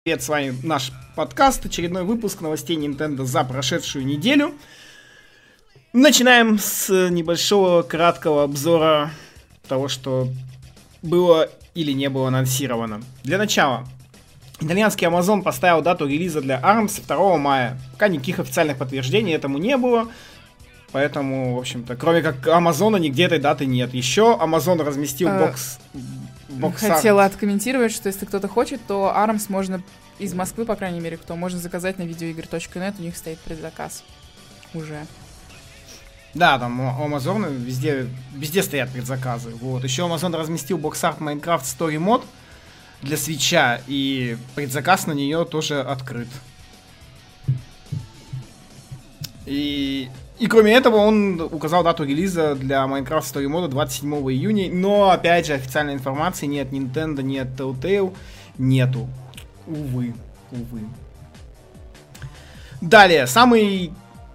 Привет, с вами наш подкаст, очередной выпуск новостей Nintendo за прошедшую неделю. Начинаем с небольшого краткого обзора того, что было или не было анонсировано. Для начала, итальянский Amazon поставил дату релиза для ARMS 2 мая. Пока никаких официальных подтверждений этому не было, поэтому, в общем-то, кроме как Амазона, нигде этой даты нет. Еще Amazon разместил бокс. Хотела откомментировать, что если кто-то хочет, то ARMS можно из Москвы, по крайней мере, кто можно заказать на videoigr.net, у них стоит предзаказ уже. Да, там у Amazon везде стоят предзаказы. Вот. Еще Amazon разместил бокс-арт Minecraft Story Mode для Switch'а, и предзаказ на нее тоже открыт. И кроме этого, он указал дату релиза для Minecraft Story Mode 27 июня. Но, опять же, официальной информации ни от Nintendo, ни от Telltale нету. Увы. Далее, самый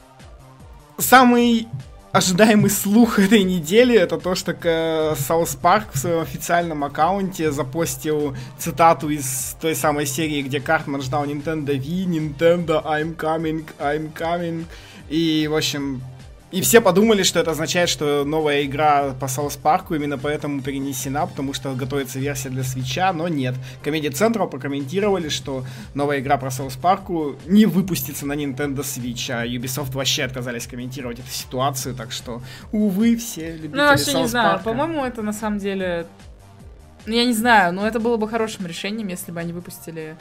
ожидаемый слух этой недели — это то, что South Park в своем официальном аккаунте запостил цитату из той самой серии, где Картман ждал Nintendo Wii, Nintendo, I'm coming. И, в общем, и все подумали, что это означает, что новая игра по South Park именно поэтому перенесена, потому что готовится версия для Switch'а, но нет. Comedy Central прокомментировали, что новая игра про South Park не выпустится на Nintendo Switch, а Ubisoft вообще отказались комментировать эту ситуацию, так что, увы, все любители вообще South не знаю, Park. по-моему, это на самом деле... Я не знаю, но это было бы хорошим решением, если бы они выпустили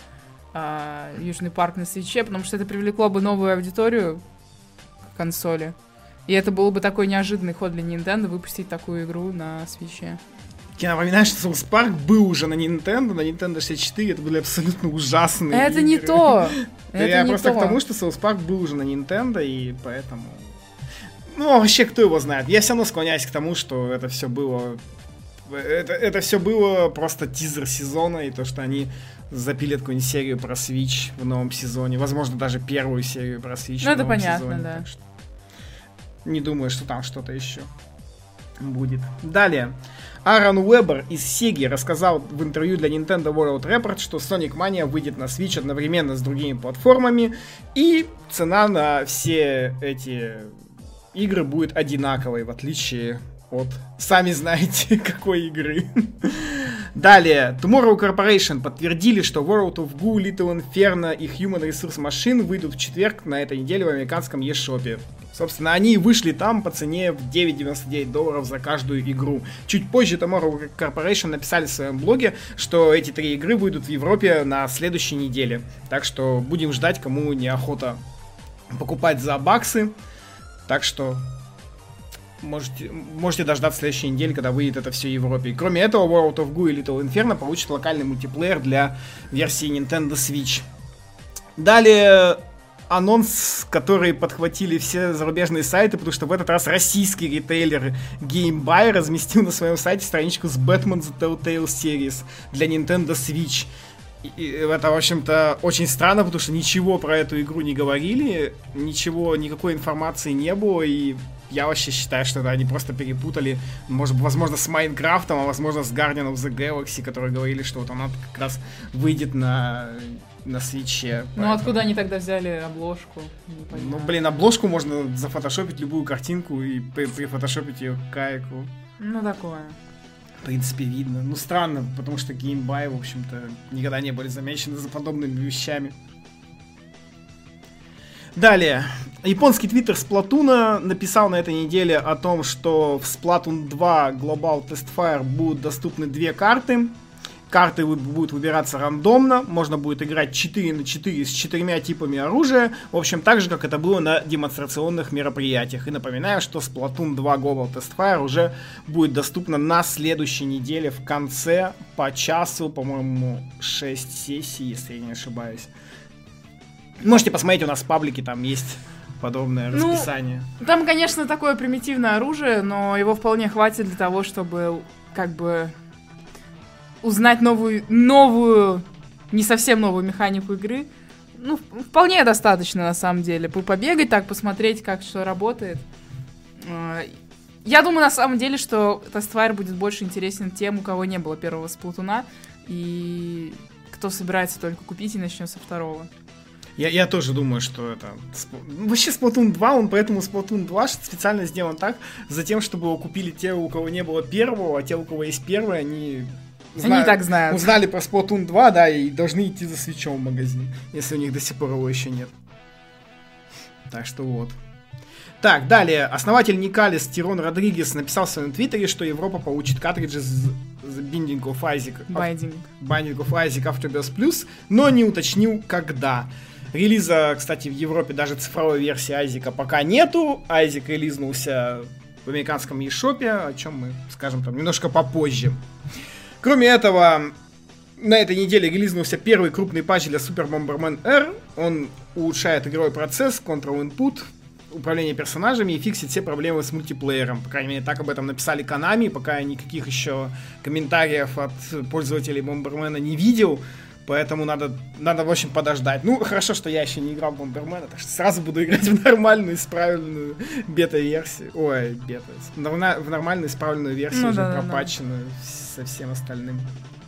Южный парк на Switch'е, потому что это привлекло бы новую аудиторию консоли. И это был бы такой неожиданный ход для Nintendo выпустить такую игру на Switch'е. Я напоминаю, что South Park был уже на Nintendo 64, это были абсолютно ужасные Это игры. не то! Я просто к тому, что South Park был уже на Nintendo, и поэтому... Ну, вообще, кто его знает? Я все равно склоняюсь к тому, что это все было... Это все было просто тизер сезона, и то, что они запилят какую-нибудь серию про Switch в новом сезоне. Возможно, даже первую серию про Switch в новом понятно, сезоне. да. Так что не думаю, что там что-то еще будет. Далее. Аарон Уэббер из Sega рассказал в интервью для Nintendo World Report, что Sonic Mania выйдет на Switch одновременно с другими платформами, и цена на все эти игры будет одинаковой, в отличие от, сами знаете, какой игры. Далее, Tomorrow Corporation подтвердили, что World of Goo, Little Inferno и Human Resource Machine выйдут в четверг на этой неделе в американском eShop. Собственно, они вышли там по цене в $9.99 за каждую игру. Чуть позже Tomorrow Corporation написали в своем блоге, что эти 3 игры выйдут в Европе на следующей неделе. Так что будем ждать, кому неохота покупать за баксы. Так что можете дождаться следующей недели, когда выйдет это все в Европе. И кроме этого, World of Goo и Little Inferno получат локальный мультиплеер для версии Nintendo Switch. Далее анонс, который подхватили все зарубежные сайты, потому что в этот раз российский ритейлер GameBuy разместил на своем сайте страничку с Batman The Telltale Series для Nintendo Switch. И это, в общем-то, очень странно, потому что ничего про эту игру не говорили, никакой информации не было, и я вообще считаю, что они просто перепутали, возможно, с Майнкрафтом, а возможно, с Guardian of the Galaxy, которые говорили, что вот она как раз выйдет на Switch'е. Ну, откуда они тогда взяли обложку? Ну, блин, обложку можно зафотошопить любую картинку и прифотошопить ее к кайку. Ну, такое. В принципе, видно. Ну, странно, потому что GameBuy, в общем-то, никогда не были замечены за подобными вещами. Далее. Японский твиттер Splatoon написал на этой неделе о том, что в Splatoon 2 Global Testfire будут доступны 2 карты. Карты будут выбираться рандомно. Можно будет играть 4/4 с 4 типами оружия. В общем, так же, как это было на демонстрационных мероприятиях. И напоминаю, что Splatoon 2 Global Testfire уже будет доступна на следующей неделе в конце по часу, по-моему, 6 сессий, если я не ошибаюсь. Можете посмотреть, у нас в паблике там есть подобное расписание. Там, конечно, такое примитивное оружие, но его вполне хватит для того, чтобы как бы узнать новую, не совсем новую механику игры. Ну, вполне достаточно, на самом деле. Побегать так, посмотреть, как что работает. Я думаю, на самом деле, что Testfire будет больше интересен тем, у кого не было первого Сплатуна. И кто собирается только купить и начнет со второго. Я тоже думаю, что это... Вообще Splatoon 2, он поэтому Splatoon 2 специально сделан так, за тем, чтобы его купили те, у кого не было первого, а те, у кого есть первый, они так знают. Узнали про Splatoon 2, да, и должны идти за свитчом в магазин, если у них до сих пор его еще нет. Так что вот. Так, далее. Основатель Никалис Тирон Родригес написал в своем твиттере, что Европа получит картриджи The Binding of Isaac Afterbirth Plus, но не уточнил, когда. Релиза, кстати, в Европе даже цифровой версии Айзека пока нету. Айзек релизнулся в американском eShop, о чем мы скажем там немножко попозже. Кроме этого, на этой неделе релизнулся первый крупный патч для Super Bomberman R. Он улучшает игровой процесс, Control Input, управление персонажами и фиксит все проблемы с мультиплеером. По крайней мере, так об этом написали Konami, пока я никаких еще комментариев от пользователей Бомбермена не видел. Поэтому надо, в общем, подождать. Ну, хорошо, что я еще не играл в Бомбермена, так что сразу буду играть в нормальную, исправленную бета-версию. Ой, бета. В нормальную, исправленную версию, уже пропатченную со всем остальным.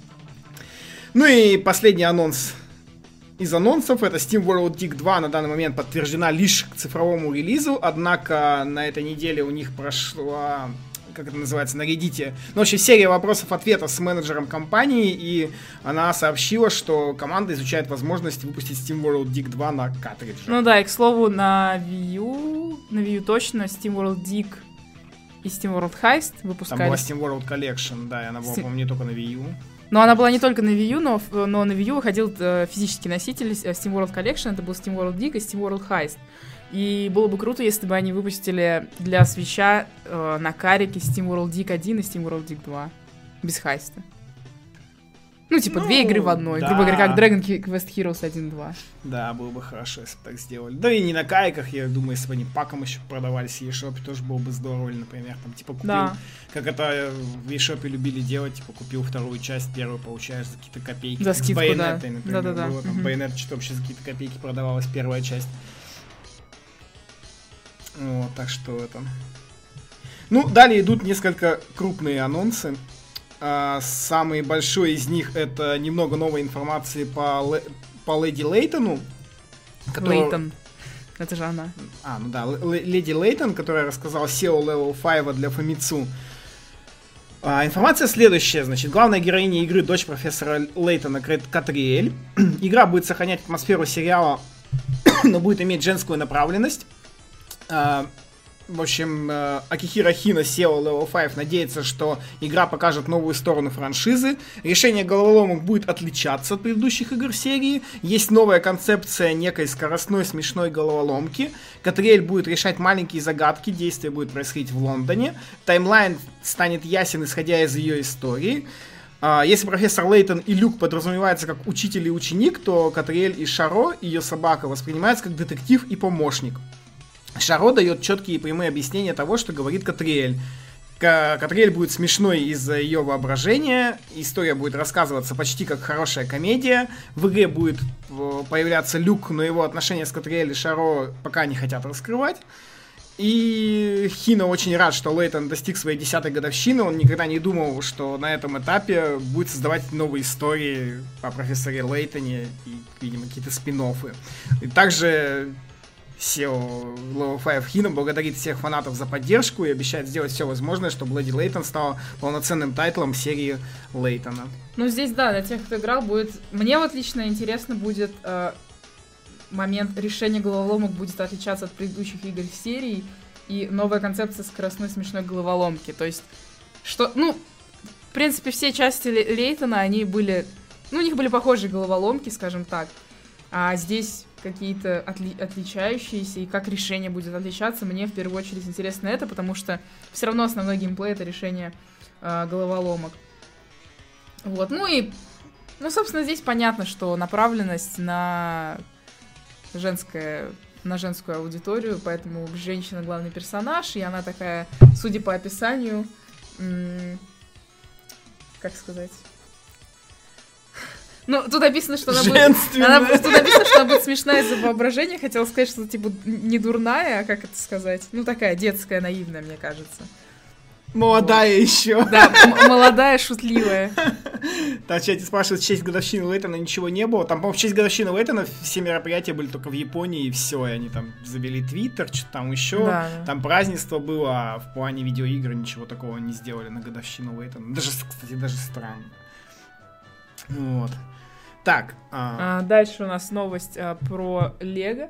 Ну и последний анонс из анонсов. Это Steam World Dig 2 на данный момент подтверждена лишь к цифровому релизу. Однако на этой неделе у них прошла... как это называется, на Reddit. Ну, вообще, серия вопросов-ответов с менеджером компании, и она сообщила, что команда изучает возможность выпустить Steam World Dig 2 на картридже. Ну да, и, к слову, на Wii U точно Steam World Dig и Steam World Heist выпускались. Там была Steam World Collection, да, и она была, по-моему, не только на Wii U. Но она была не только на Wii U, но на Wii U выходил физический носитель Steam World Collection, это был Steam World Dig и Steam World Heist. И было бы круто, если бы они выпустили для Switch'а на карике Steam World Dig 1 и Steam World Dig 2. Без хайста. Ну, типа, две игры в одной. Да. Грубо говоря, как Dragon Quest Heroes 1-2. Да, было бы хорошо, если бы так сделали. Да и не на кариках, я думаю, если бы они паком еще продавались в eShop, тоже было бы здорово. Или, например, там, типа, купил, да. Как это в eShop любили делать, типа, купил вторую часть, первую получаешь за какие-то копейки. За скидку, с Байонетой, например, да. было. Там Байонет что-то вообще за какие-то копейки продавалась первая часть. Вот, так что это... Ну, далее идут несколько крупные анонсы. Самый большой из них — это немного новой информации по Леди Лейтону. Лейтон. Это же она. Ну да, Леди Лейтон, которая рассказала SEO Level 5 для Famitsu. Информация следующая. Значит, главная героиня игры — дочь профессора Лейтона Катриэль. Игра будет сохранять атмосферу сериала, но будет иметь женскую направленность. В общем, Акихиро Хино, SEO Level 5, надеется, что игра покажет новую сторону франшизы. Решение головоломок будет отличаться от предыдущих игр серии. Есть новая концепция некой скоростной смешной головоломки. Катриэль будет решать маленькие загадки, действие будет происходить в Лондоне. Таймлайн станет ясен, исходя из ее истории. Если профессор Лейтон и Люк подразумеваются как учитель и ученик, то Катриэль и Шаро, ее собака, воспринимаются как детектив и помощник. Шаро дает четкие и прямые объяснения того, что говорит Катриэль. Катриэль будет смешной из-за ее воображения, история будет рассказываться почти как хорошая комедия, в игре будет появляться Люк, но его отношения с Катриэль и Шаро пока не хотят раскрывать. И Хино очень рад, что Лейтон достиг своей 10-й годовщины, он никогда не думал, что на этом этапе будет создавать новые истории о профессоре Лейтоне и, видимо, какие-то спин-оффы. И также... SEO Level 5 Хино благодарит всех фанатов за поддержку и обещает сделать все возможное, чтобы Леди Лейтон стала полноценным тайтлом серии Лейтона. Ну, здесь, да, для тех, кто играл, будет... Мне вот лично интересно будет момент решения головоломок будет отличаться от предыдущих игр серии и новая концепция скоростной смешной головоломки. То есть, что... Ну, в принципе, все части Лейтона, они были... Ну, у них были похожие головоломки, скажем так. А здесь... какие-то отличающиеся, и как решение будет отличаться. Мне в первую очередь интересно это, потому что все равно основной геймплей — это решение головоломок. Вот, ну, собственно, здесь понятно, что направленность на женскую аудиторию, поэтому женщина — главный персонаж, и она такая, судя по описанию, как сказать... Ну, тут написано, что она будет смешная из-за воображения. Хотела сказать, что, типа, не дурная, а как это сказать? Ну, такая детская, наивная, мне кажется. Молодая еще. Да, молодая, шутливая. Там в чате спрашивают, в честь годовщины Лейтона ничего не было. Там, по-моему, в честь годовщины Лейтона все мероприятия были только в Японии, и все. И они там завели твиттер, что-то там еще. Да. Там празднество было, а в плане видеоигр ничего такого не сделали на годовщину Лейтона. Даже, кстати, даже странно. Вот. Так. Дальше у нас новость про Лего.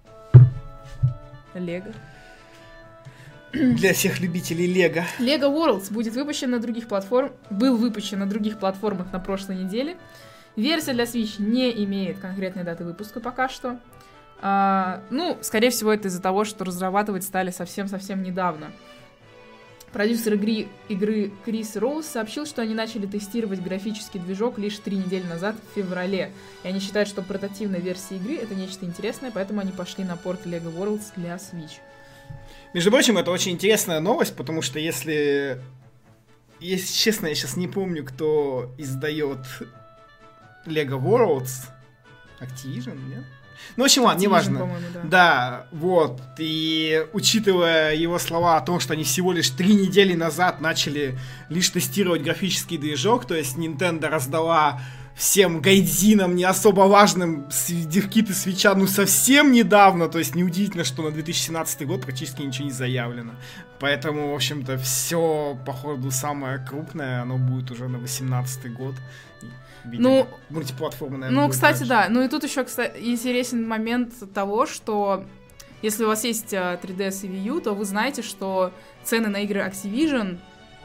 Лего. Для всех любителей Лего. Lego Worlds будет выпущен на других был выпущен на других платформах на прошлой неделе. Версия для Switch не имеет конкретной даты выпуска пока что. Скорее всего, это из-за того, что разрабатывать стали совсем-совсем недавно. Продюсер игры Крис Роуз сообщил, что они начали тестировать графический движок лишь 3 недели назад, в феврале. И они считают, что портативная версия игры — это нечто интересное, поэтому они пошли на порт Lego Worlds для Switch. Между прочим, это очень интересная новость, потому что если честно, я сейчас не помню, кто издает Lego Worlds. Activision, нет? Ну, в общем, ладно, неважно. Да, вот. И учитывая его слова о том, что они всего лишь 3 недели назад начали лишь тестировать графический движок, то есть Nintendo раздала всем гайдзинам не особо важным девкиты Свитча совсем недавно, то есть неудивительно, что на 2017 год практически ничего не заявлено. Поэтому, в общем-то, все, походу, самое крупное, оно будет уже на 2018 год. Видимо, мультиплатформенное. Ну, кстати, да. Ну и тут еще, кстати, интересен момент того, что если у вас есть 3DS и Wii U, то вы знаете, что цены на игры Activision,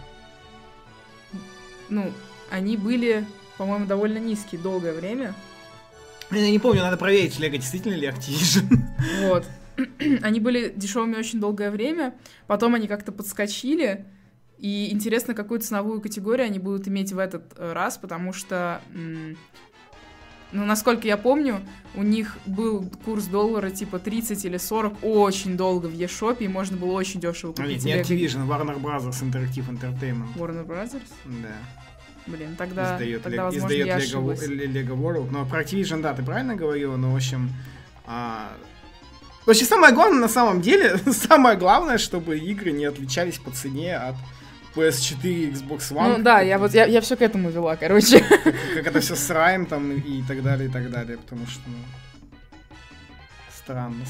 они были, по-моему, довольно низкие долгое время. Я не помню, надо проверить, Lego действительно ли Activision. Вот. Они были дешевыми очень долгое время, потом они как-то подскочили. И интересно, какую ценовую категорию они будут иметь в этот раз, потому что, насколько я помню, у них был курс доллара типа 30 или 40 очень долго в eShop, и можно было очень дешево купить. Нет, не Activision, Warner Brothers Interactive Entertainment. Warner Brothers? Да. Блин, тогда возможно, я ошиблась. Lego World. Но про Activision, да, ты правильно говорила, но, в общем... Вообще, самое главное, на самом деле, самое главное, чтобы игры не отличались по цене от PS4 и Xbox One. Ну да, я все к этому вела, короче. Как это все с раем там и так далее, потому что, странно.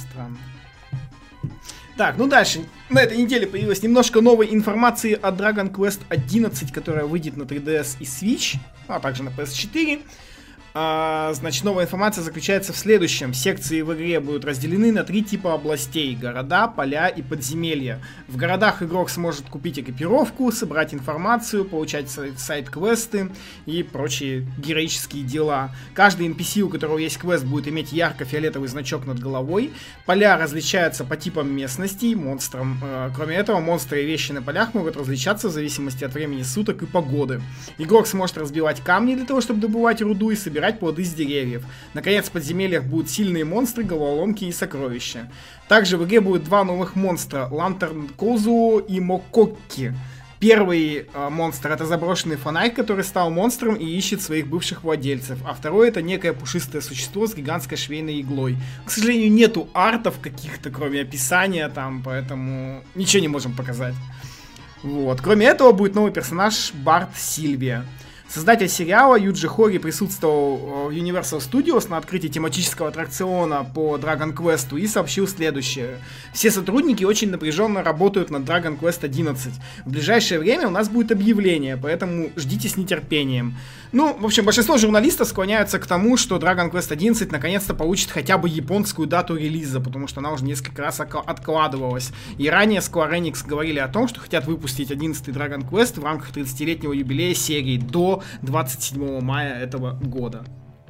Так, дальше. На этой неделе появилось немножко новой информации о Dragon Quest 11, которая выйдет на 3DS и Switch, а также на PS4. Значит, новая информация заключается в следующем. Секции в игре будут разделены на 3 типа областей: города, поля и подземелья. В городах игрок сможет купить экипировку, собрать информацию, получать сайд-квесты и прочие героические дела. Каждый NPC, у которого есть квест, будет иметь ярко-фиолетовый значок над головой. Поля различаются по типам местностей, монстрам. Кроме этого, монстры и вещи на полях могут различаться в зависимости от времени суток и погоды. Игрок сможет разбивать камни для того, чтобы добывать руду и собирать плоды с деревьев. Наконец, в подземельях будут сильные монстры, головоломки и сокровища. Также в игре будет 2 новых монстра: Лантерн Козу и Мококки. Первый монстр — это заброшенный фонарь, который стал монстром и ищет своих бывших владельцев. А второй — это некое пушистое существо с гигантской швейной иглой. К сожалению, нету артов каких-то, кроме описания там, поэтому ничего не можем показать. Вот. Кроме этого, будет новый персонаж Барт Сильвия. Создатель сериала Юджи Хори присутствовал в Universal Studios на открытии тематического аттракциона по Dragon Quest и сообщил следующее. Все сотрудники очень напряженно работают над Dragon Quest 11. В ближайшее время у нас будет объявление, поэтому ждите с нетерпением. В общем, большинство журналистов склоняются к тому, что Dragon Quest 11 наконец-то получит хотя бы японскую дату релиза, потому что она уже несколько раз откладывалась. И ранее Square Enix говорили о том, что хотят выпустить 11-й Dragon Quest в рамках 30-летнего юбилея серии до 27 мая этого года.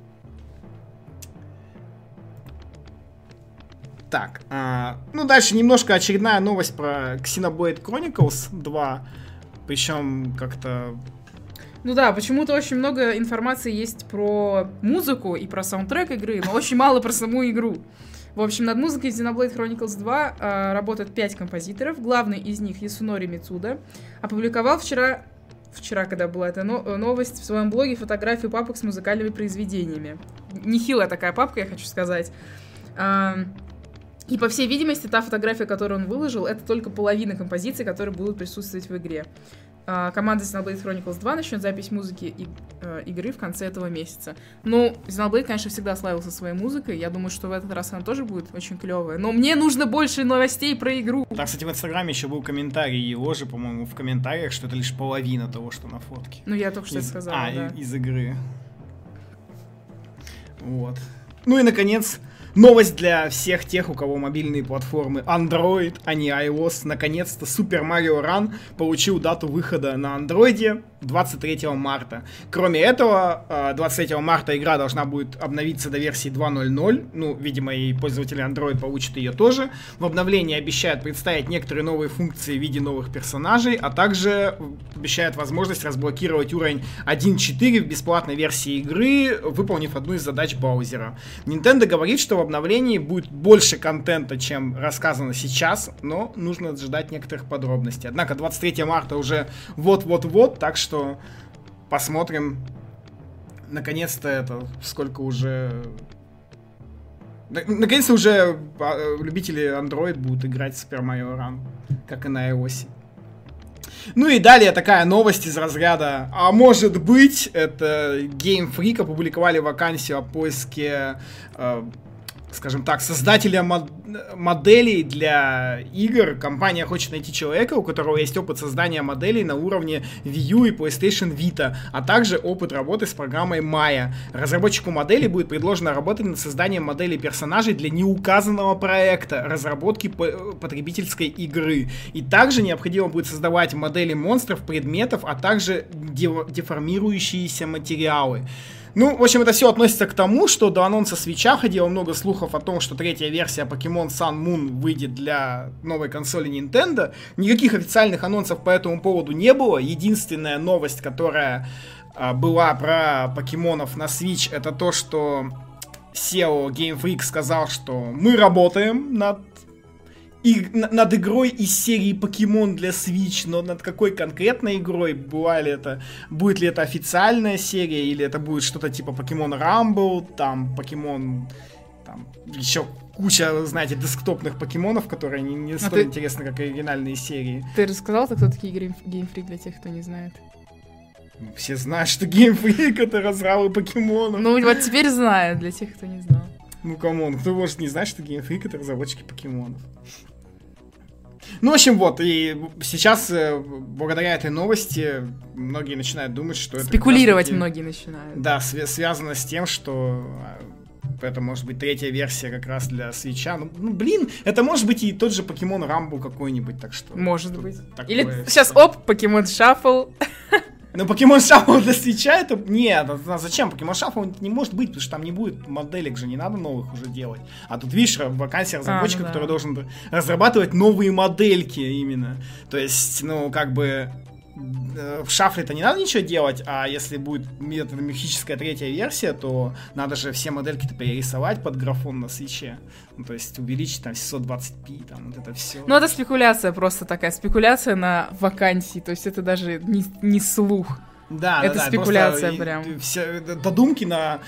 Так, дальше немножко очередная новость про Xenoblade Chronicles 2, причем как-то... Почему-то очень много информации есть про музыку и про саундтрек игры, но очень мало про саму игру. В общем, над музыкой Xenoblade Chronicles 2 работают 5 композиторов. Главный из них, Ясунори Мицуда, опубликовал вчера, когда была эта новость, в своем блоге фотографию папок с музыкальными произведениями. Нехилая такая папка, я хочу сказать. И, по всей видимости, та фотография, которую он выложил, это только половина композиций, которые будут присутствовать в игре. Команда Xenoblade Chronicles 2 начнет запись музыки игры в конце этого месяца. Ну, Xenoblade, конечно, всегда славился своей музыкой. Я думаю, что в этот раз она тоже будет очень клевая. Но мне нужно больше новостей про игру. Там, кстати, в Инстаграме еще был комментарий его же, по-моему, в комментариях, что это лишь половина того, что на фотке. Ну, я только что сказала, да. Из игры. Вот. Ну и, наконец, новость для всех тех, у кого мобильные платформы Android, а не iOS. Наконец-то Super Mario Run получил дату выхода на Android 23 марта. Кроме этого, 23 марта игра должна будет обновиться до версии 2.0.0. Ну, видимо, и пользователи Android получат ее тоже. В обновлении обещают представить некоторые новые функции в виде новых персонажей, а также обещают возможность разблокировать уровень 1.4 в бесплатной версии игры, выполнив одну из задач браузера. Nintendo говорит, что в обновлении будет больше контента, чем рассказано сейчас, но нужно ждать некоторых подробностей. Однако 23 марта уже вот-вот-вот, так что посмотрим. Наконец-то это, сколько уже... Наконец-то уже любители Android будут играть в Super Mario Run, как и на iOS. Ну и далее такая новость из разряда, а может быть, это Game Freak опубликовали вакансию о поиске, скажем так, создателя моделей для игр. Компания хочет найти человека, у которого есть опыт создания моделей на уровне Wii U и PlayStation Vita, а также опыт работы с программой Maya. Разработчику модели будет предложено работать над созданием моделей персонажей для неуказанного проекта разработки потребительской игры. И также необходимо будет создавать модели монстров, предметов, а также деформирующиеся материалы. Ну, в общем, это все относится к тому, что до анонса Switch'а ходило много слухов о том, что третья версия Pokemon Sun Moon выйдет для новой консоли Nintendo. Никаких официальных анонсов по этому поводу не было. Единственная новость, которая была про покемонов на Switch, это то, что SEO Game Freak сказал, что мы работаем над игрой из серии Покемон для Switch, но над какой конкретной игрой, будет ли это официальная серия, или это будет что-то типа Покемон Rumble, там Покемон, там еще куча, знаете, десктопных покемонов, которые не столь интересны, как оригинальные серии. Ты рассказал, кто такие Game Freak для тех, кто не знает? Все знают, что Game Freak это разрабы покемонов. Ну вот теперь знают, для тех, кто не знал. Ну камон, кто может не знать, что Game Freak это разработчики покемонов? Ну, в общем, вот, и сейчас, благодаря этой новости, многие начинают думать, что это... Спекулировать многие начинают. Да, связано с тем, что это может быть третья версия как раз для Switch'а. Ну, блин, это может быть и тот же Pokemon Rumble какой-нибудь, так что... Может быть. Или сейчас, Pokemon Shuffle... Но Pokemon Shuffle для Switch'а это... Нет, зачем? Pokemon Shuffle не может быть, потому что там не будет моделек же, не надо новых уже делать. А тут, видишь, вакансия разработчика, который должен разрабатывать новые модельки именно. То есть, ну, как бы... В шафле-то не надо ничего делать, а если будет мифическая третья версия, то надо же все модельки-то перерисовать под графон на свитче. Ну, то есть увеличить там 720p, там вот это все. Ну, это спекуляция просто такая, спекуляция на вакансии, то есть это даже не слух. Да, это спекуляция прям. Все додумки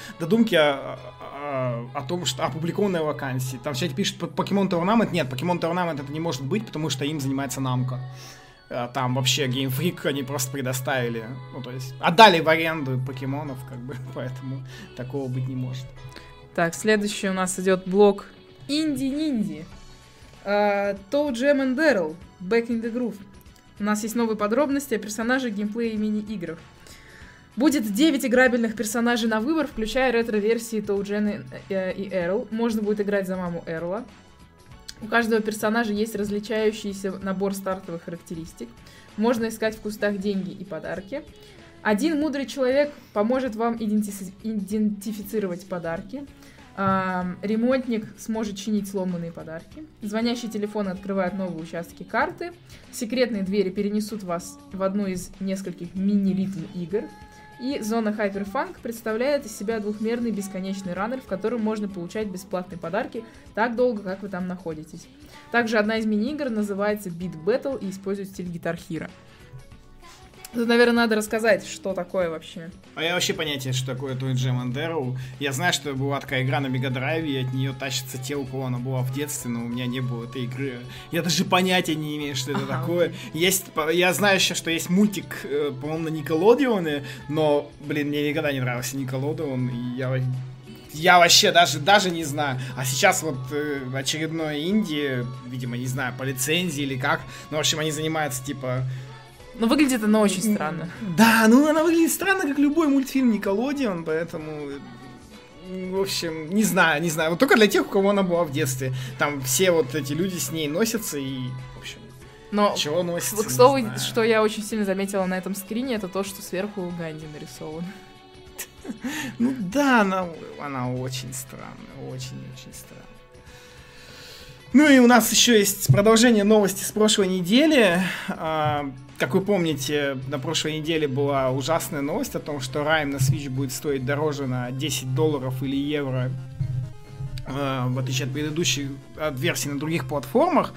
о том, что опубликованная вакансия. Там в чате пишут Pokemon Tournament. Нет, Pokemon Tournament это не может быть, потому что им занимается Namco. Там вообще Game Freak они просто предоставили, ну то есть отдали в аренду покемонов, как бы, поэтому такого быть не может. Так, следующий у нас идет блок Инди-Нинди. Toe Jam and Daryl, Back in the Groove. У нас есть новые подробности о персонажах, геймплее и мини-играх. Будет 9 играбельных персонажей на выбор, включая ретро-версии Toe Jam и Эрл. Можно будет играть за маму Эрла. У каждого персонажа есть различающийся набор стартовых характеристик. Можно искать в кустах деньги и подарки. Один мудрый человек поможет вам идентифицировать подарки. Ремонтник сможет чинить сломанные подарки. Звонящие телефоны открывают новые участки карты. Секретные двери перенесут вас в одну из нескольких мини-ритм игр. И зона Hyperfunk представляет из себя двухмерный бесконечный раннер, в котором можно получать бесплатные подарки так долго, как вы там находитесь. Также одна из мини-игр называется Beat Battle и использует стиль Guitar Hero. Тут, наверное, надо рассказать, что такое вообще. А я вообще понятия, что такое Toy Jam and Arrow. Я знаю, что была такая игра на Мегадрайве, и от нее тащатся те, у кого она была в детстве, но у меня не было этой игры. Я даже понятия не имею, что это такое. Есть, я знаю еще, что есть мультик, по-моему, на Никелодеоне, но, блин, мне никогда не нравился Никелодеон, и я вообще даже не знаю. А сейчас вот очередное инди, видимо, не знаю, по лицензии или как, но, в общем, они занимаются, типа... Ну, выглядит оно очень странно. Да, ну она выглядит странно, как любой мультфильм Никелодеон, поэтому... В общем, не знаю. Вот только для тех, у кого она была в детстве. Там все вот эти люди с ней носятся и... В общем, но, чего носятся, к слову, что я очень сильно заметила на этом скрине, это то, что сверху Ганди нарисован. Ну да, она очень странная, очень-очень странная. Ну и у нас еще есть продолжение новости с прошлой недели. Как вы помните, на прошлой неделе была ужасная новость о том, что Rime на Switch будет стоить дороже на $10 или евро, в отличие от предыдущих версий на других платформах.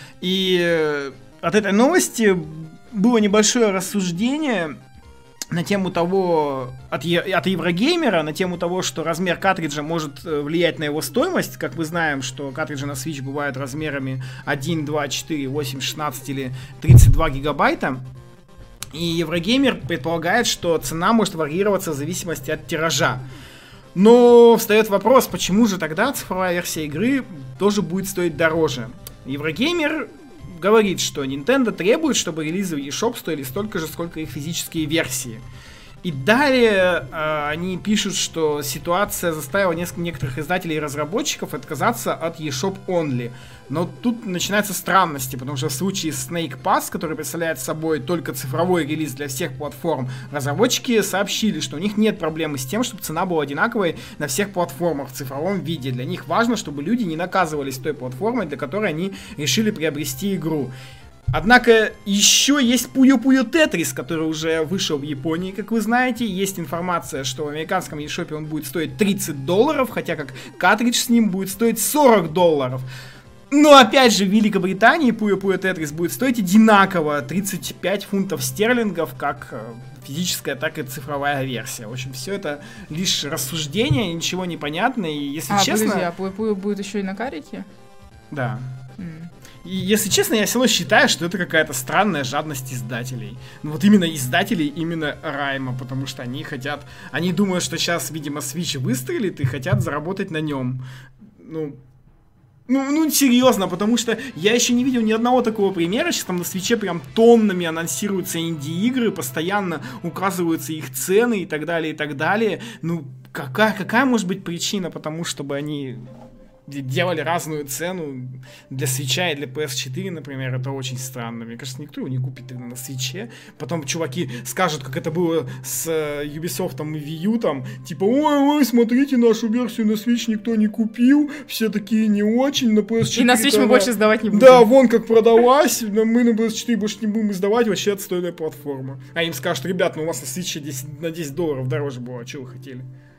И от этой новости было небольшое рассуждение на тему того, от Еврогеймера, на тему того, что размер картриджа может влиять на его стоимость. Как мы знаем, что картриджи на Switch бывают размерами 1, 2, 4, 8, 16 или 32 гигабайта. И Еврогеймер предполагает, что цена может варьироваться в зависимости от тиража. Но встает вопрос, почему же тогда цифровая версия игры тоже будет стоить дороже. Еврогеймер говорит, что Nintendo требует, чтобы релизы в eShop стоили столько же, сколько их физические версии. И далее они пишут, что ситуация заставила некоторых издателей и разработчиков отказаться от eShop Only. Но тут начинаются странности, потому что в случае с Snake Pass, который представляет собой только цифровой релиз для всех платформ, разработчики сообщили, что у них нет проблемы с тем, чтобы цена была одинаковой на всех платформах в цифровом виде. Для них важно, чтобы люди не наказывались той платформой, для которой они решили приобрести игру. Однако еще есть Puyo Puyo Tetris, который уже вышел в Японии, как вы знаете. Есть информация, что в американском eShop он будет стоить $30, хотя как картридж с ним будет стоить $40. Но опять же в Великобритании Puyo Puyo Tetris будет стоить одинаково 35 фунтов стерлингов, как физическая, так и цифровая версия. В общем, все это лишь рассуждение, ничего не понятно. И если честно... Подожди, а Puyo Puyo будет еще и на карике? Да. И, если честно, я все равно считаю, что это какая-то странная жадность издателей. Ну вот именно издателей, именно Райма, потому что они хотят... Они думают, что сейчас, видимо, Switch выстрелит и хотят заработать на нем. Ну, серьезно, потому что я еще не видел ни одного такого примера. Сейчас там на Switch'е прям тоннами анонсируются инди-игры, постоянно указываются их цены и так далее, и так далее. Ну, какая может быть причина, потому чтобы они... делали разную цену для Switch'а и для PS4, например, это очень странно. Мне кажется, никто его не купит на Switch'е. Потом чуваки скажут, как это было с Ubisoft и Wii U, там, типа, ой, смотрите, нашу версию на Switch никто не купил, все такие не очень, на PS4... И на Switch мы больше сдавать не будем. Да, вон как продалась, мы на PS4 больше не будем издавать, вообще отстойная платформа. А им скажут, ребят, ну у вас на Switch на $10 дороже было, а что вы хотели?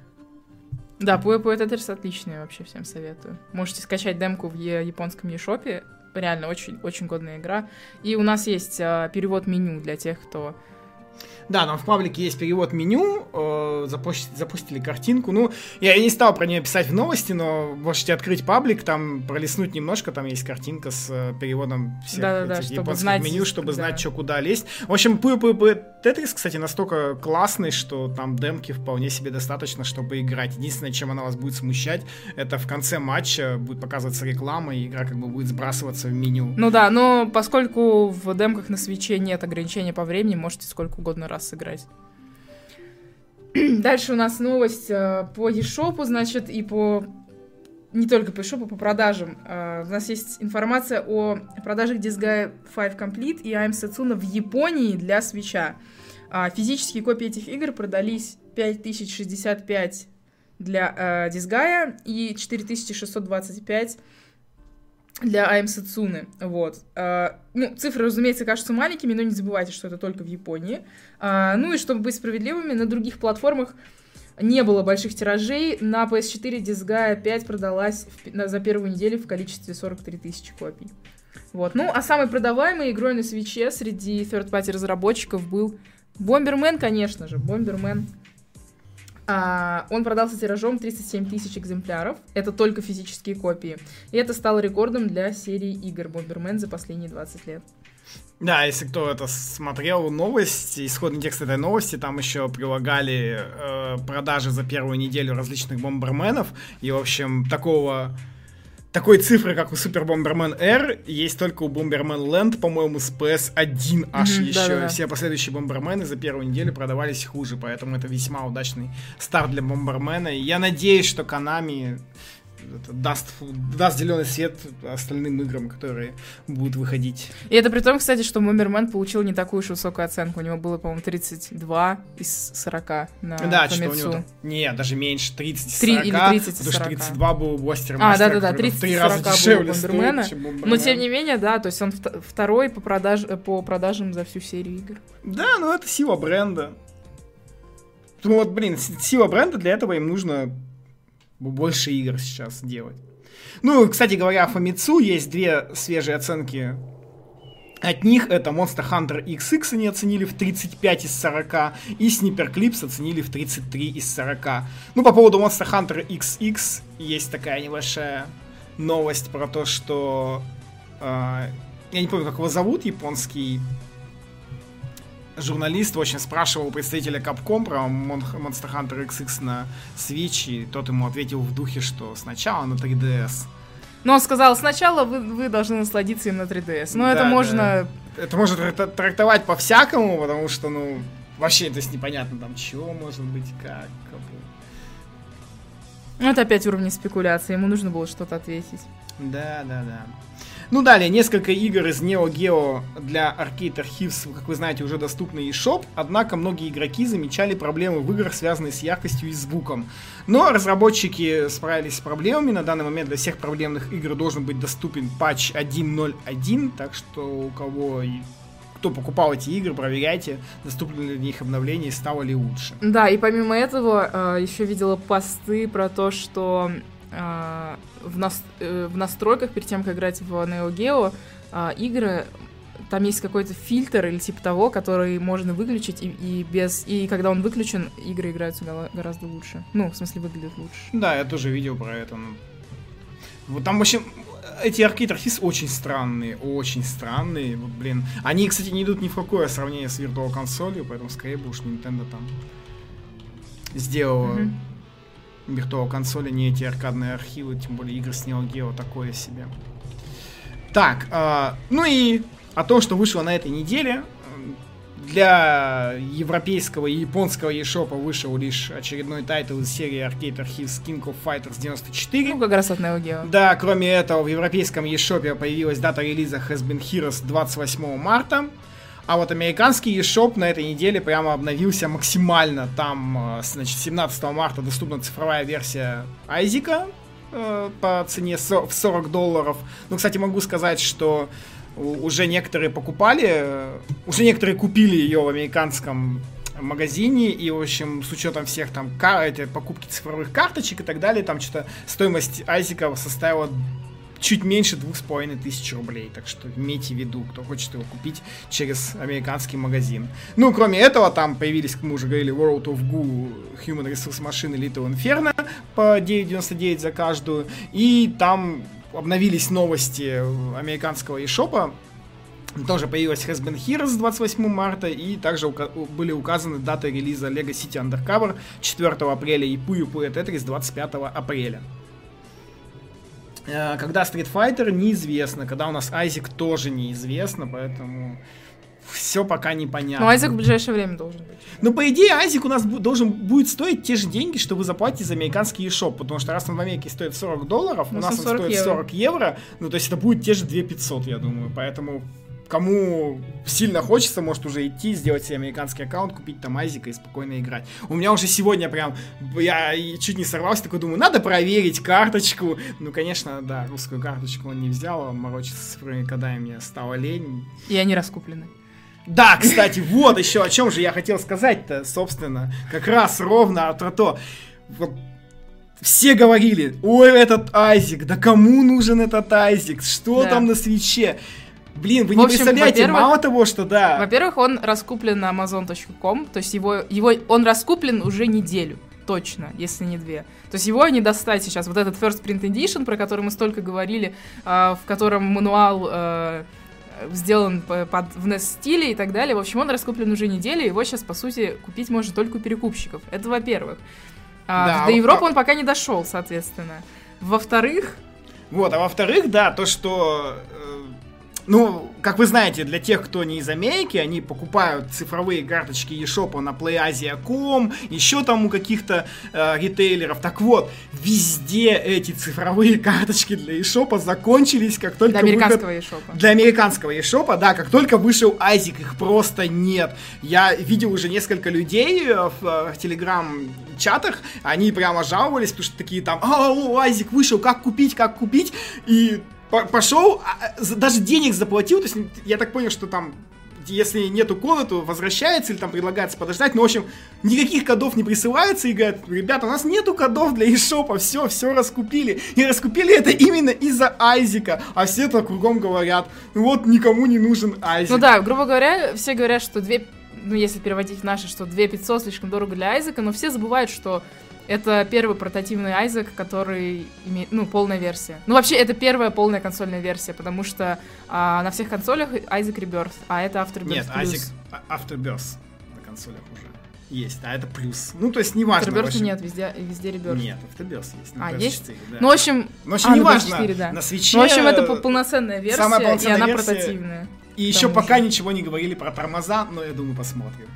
Да, Puyo Puyo Tetris отличный, вообще всем советую. Можете скачать демку в японском eShop. Реально, очень годная игра. И у нас есть перевод меню для тех, кто... Да, там в паблике есть перевод меню, запустили картинку. Ну, я не стал про нее писать в новости, но можете открыть паблик, там пролистнуть немножко, там есть картинка с переводом всех этих японских меню, чтобы знать, что куда лезть. В общем, Puyo Puyo Tetris, кстати, настолько классный, что там демки вполне себе достаточно, чтобы играть. Единственное, чем она вас будет смущать, это в конце матча будет показываться реклама, и игра как бы будет сбрасываться в меню. Ну да, но поскольку в демках на Switch'е нет ограничения по времени, можете сколько угодно раз сыграть. Дальше у нас новость по eShop, значит, и не только по eShop, по продажам. У нас есть информация о продажах Disgaea 5 Complete и I'm Setsuna в Японии для Switch'а. Физические копии этих игр продались 5065 для Disgaea и 4625 для I'm Setsuna. Вот. Цифры, разумеется, кажутся маленькими, но не забывайте, что это только в Японии. Ну и чтобы быть справедливыми, на других платформах не было больших тиражей. На PS4 Disgaea 5 продалась за первую неделю в количестве 43 тысячи копий. Вот. Ну, а самой продаваемой игрой на Switch'е среди third-party разработчиков был Бомбермен, конечно же, Бомбермен. Он продался тиражом 307 тысяч экземпляров. Это только физические копии. И это стало рекордом для серии игр Бомбермен за последние 20 лет. Да, если кто это смотрел новости, исходный текст этой новости, там еще прилагали продажи за первую неделю различных бомберменов. И, в общем, такой цифры, как у Super Bomberman R, есть только у Bomberman Land, по-моему, с PS1 аж еще. Да-да-да. Все последующие бомбермены за первую неделю продавались хуже, поэтому это весьма удачный старт для бомбермена. И я надеюсь, что Konami даст зеленый свет остальным играм, которые будут выходить. И это при том, кстати, что Бомбермен получил не такую уж высокую оценку. У него было, по-моему, 32 из 40 на Да, что у Famitsu. него там... Нет, даже меньше, 30 из 3 40. или 30 из потому 40. что 32 был Бластер Да, 30 из 40 был у Бомбермена. чем Бомбермен. Но, тем не менее, да, то есть он второй по продажам за всю серию игр. Да, ну это сила бренда. Ну вот, блин, сила бренда, для этого им нужно больше игр сейчас делать. Ну, кстати говоря, о Famitsu есть две свежие оценки от них. Это Monster Hunter XX они оценили в 35 из 40, и Sniper Clips оценили в 33 из 40. Ну, по поводу Monster Hunter XX есть такая небольшая новость про то, что... я не помню, как его зовут, японский журналист, в общем, спрашивал у представителя Capcom про Monster Hunter XX на Switch, и тот ему ответил в духе, что сначала на 3DS. Но он сказал, сначала вы должны насладиться им на 3DS. Но это можно... Да. Это можно трактовать по-всякому, потому что, ну, вообще, то есть непонятно там, чего может быть, как. Ну, это опять уровни спекуляции, ему нужно было что-то ответить. Да. Ну, далее, несколько игр из Neo Geo для Arcade Archives, как вы знаете, уже доступны и eShop, однако многие игроки замечали проблемы в играх, связанные с яркостью и звуком. Но разработчики справились с проблемами, на данный момент для всех проблемных игр должен быть доступен патч 1.0.1, так что кто покупал эти игры, проверяйте, доступны ли в них обновления и стало ли лучше. Да, и помимо этого, еще видела посты про то, что... в настройках, перед тем, как играть в Neo Geo, игры, там есть какой-то фильтр или типа того, который можно выключить, и когда он выключен, игры играются гораздо лучше. Ну, в смысле, выглядят лучше. Да, я тоже видел про это. Вот там, в общем, эти Arcade Archives очень странные. Вот, блин. Они, кстати, не идут ни в какое сравнение с Virtual консолью, поэтому скорее бы уж Nintendo там сделала... Virtual консоли, не эти аркадные архивы, тем более игры с Neo Geo, такое себе. Так, ну и о том, что вышло на этой неделе. Для европейского и японского eShop вышел лишь очередной тайтл из серии Arcade Archives King of Fighters 94. Ну, как раз от Neo Geo. Да, кроме этого, в европейском eShop появилась дата релиза Has Been Heroes 28 марта. А вот американский eShop на этой неделе прямо обновился максимально. Там, значит, 17 марта доступна цифровая версия Айзека по цене в $40. Ну, кстати, могу сказать, что уже некоторые купили ее в американском магазине, и, в общем, с учетом всех там покупки цифровых карточек и так далее, там что-то стоимость Айзека составила чуть меньше 2500 рублей, так что имейте в виду, кто хочет его купить через американский магазин. Ну, кроме этого, там появились, как мы уже говорили, World of Goo, Human Resource Machine и Little Inferno по $9.99 за каждую, и там обновились новости американского eShop. Тоже появилась Has Been Heroes 28 марта, и также были указаны даты релиза Lego City Undercover 4 апреля и Puyo Puyo Tetris 25 апреля. Когда Street Fighter, неизвестно. Когда у нас Айзек, тоже неизвестно, поэтому все пока непонятно. Но Айзек в ближайшее время должен быть. Ну, по идее, Айзек у нас должен будет стоить те же деньги, что вы заплатите за американский eShop, потому что раз он в Америке стоит $40, у нас он стоит 40 евро, ну, то есть это будет те же 2500, я думаю, поэтому... Кому сильно хочется, может уже идти, сделать себе американский аккаунт, купить там Айзека и спокойно играть. У меня уже сегодня прям, я чуть не сорвался, такой думаю, надо проверить карточку. Ну, конечно, да, русскую карточку он не взял, он морочится с цифровыми кодами, мне стало лень. И они раскуплены. Да, кстати, вот еще о чем же я хотел сказать-то, собственно, как раз ровно про то. Вот. Все говорили, ой, этот Айзек, да кому нужен этот Айзек, что там на свитче? Блин, вы В не общем, представляете, во-первых- мало того, что да. Во-первых, он раскуплен на Amazon.com, то есть он раскуплен уже неделю, точно, если не 2. То есть его не достать сейчас. Вот этот First Print Edition, про который мы столько говорили, в котором мануал сделан в NES-стиле и так далее. В общем, он раскуплен уже неделю, его сейчас, по сути, купить можно только у перекупщиков. Это во-первых. Да, До Европы он пока не дошел, соответственно. Во-вторых... Вот, а во-вторых, да, то, что... Ну, как вы знаете, для тех, кто не из Америки, они покупают цифровые карточки eShop на PlayAsia.com, еще там у каких-то ритейлеров. Так вот, везде эти цифровые карточки для eShop закончились, как только... Для американского eShop. Для американского eShop, да, как только вышел Айзек, их просто нет. Я видел уже несколько людей в телеграм-чатах, они прямо жаловались, потому что такие там: Айзек вышел, как купить, и... Пошел, даже денег заплатил, то есть я так понял, что там, если нету кода, то возвращается или там предлагается подождать, но, в общем, никаких кодов не присылается, и говорят: ребята, у нас нету кодов для eShop, все раскупили, и раскупили это именно из-за Айзека, а все то кругом говорят: вот никому не нужен Айзек. Ну да, грубо говоря, все говорят, что если переводить в наши, что 2500 слишком дорого для Айзека, но все забывают, что это первый портативный Айзек, который имеет, полная версия. Ну, вообще, это первая полная консольная версия, потому что на всех консолях Айзек Rebirth, а это Afterbirth Нет, Plus. Айзек Afterbirth на консолях уже есть, а это плюс. Ну, то есть, неважно. Afterbirth нет, везде Rebirth. Нет, Afterbirth есть. На PS4, есть? да. Ну, в общем... неважно. PS4, да. На Switch'е... Ну, в общем, это полноценная версия, самая полноценная и она версия. портативная. И еще пока ничего не говорили про тормоза, но я думаю, посмотрим.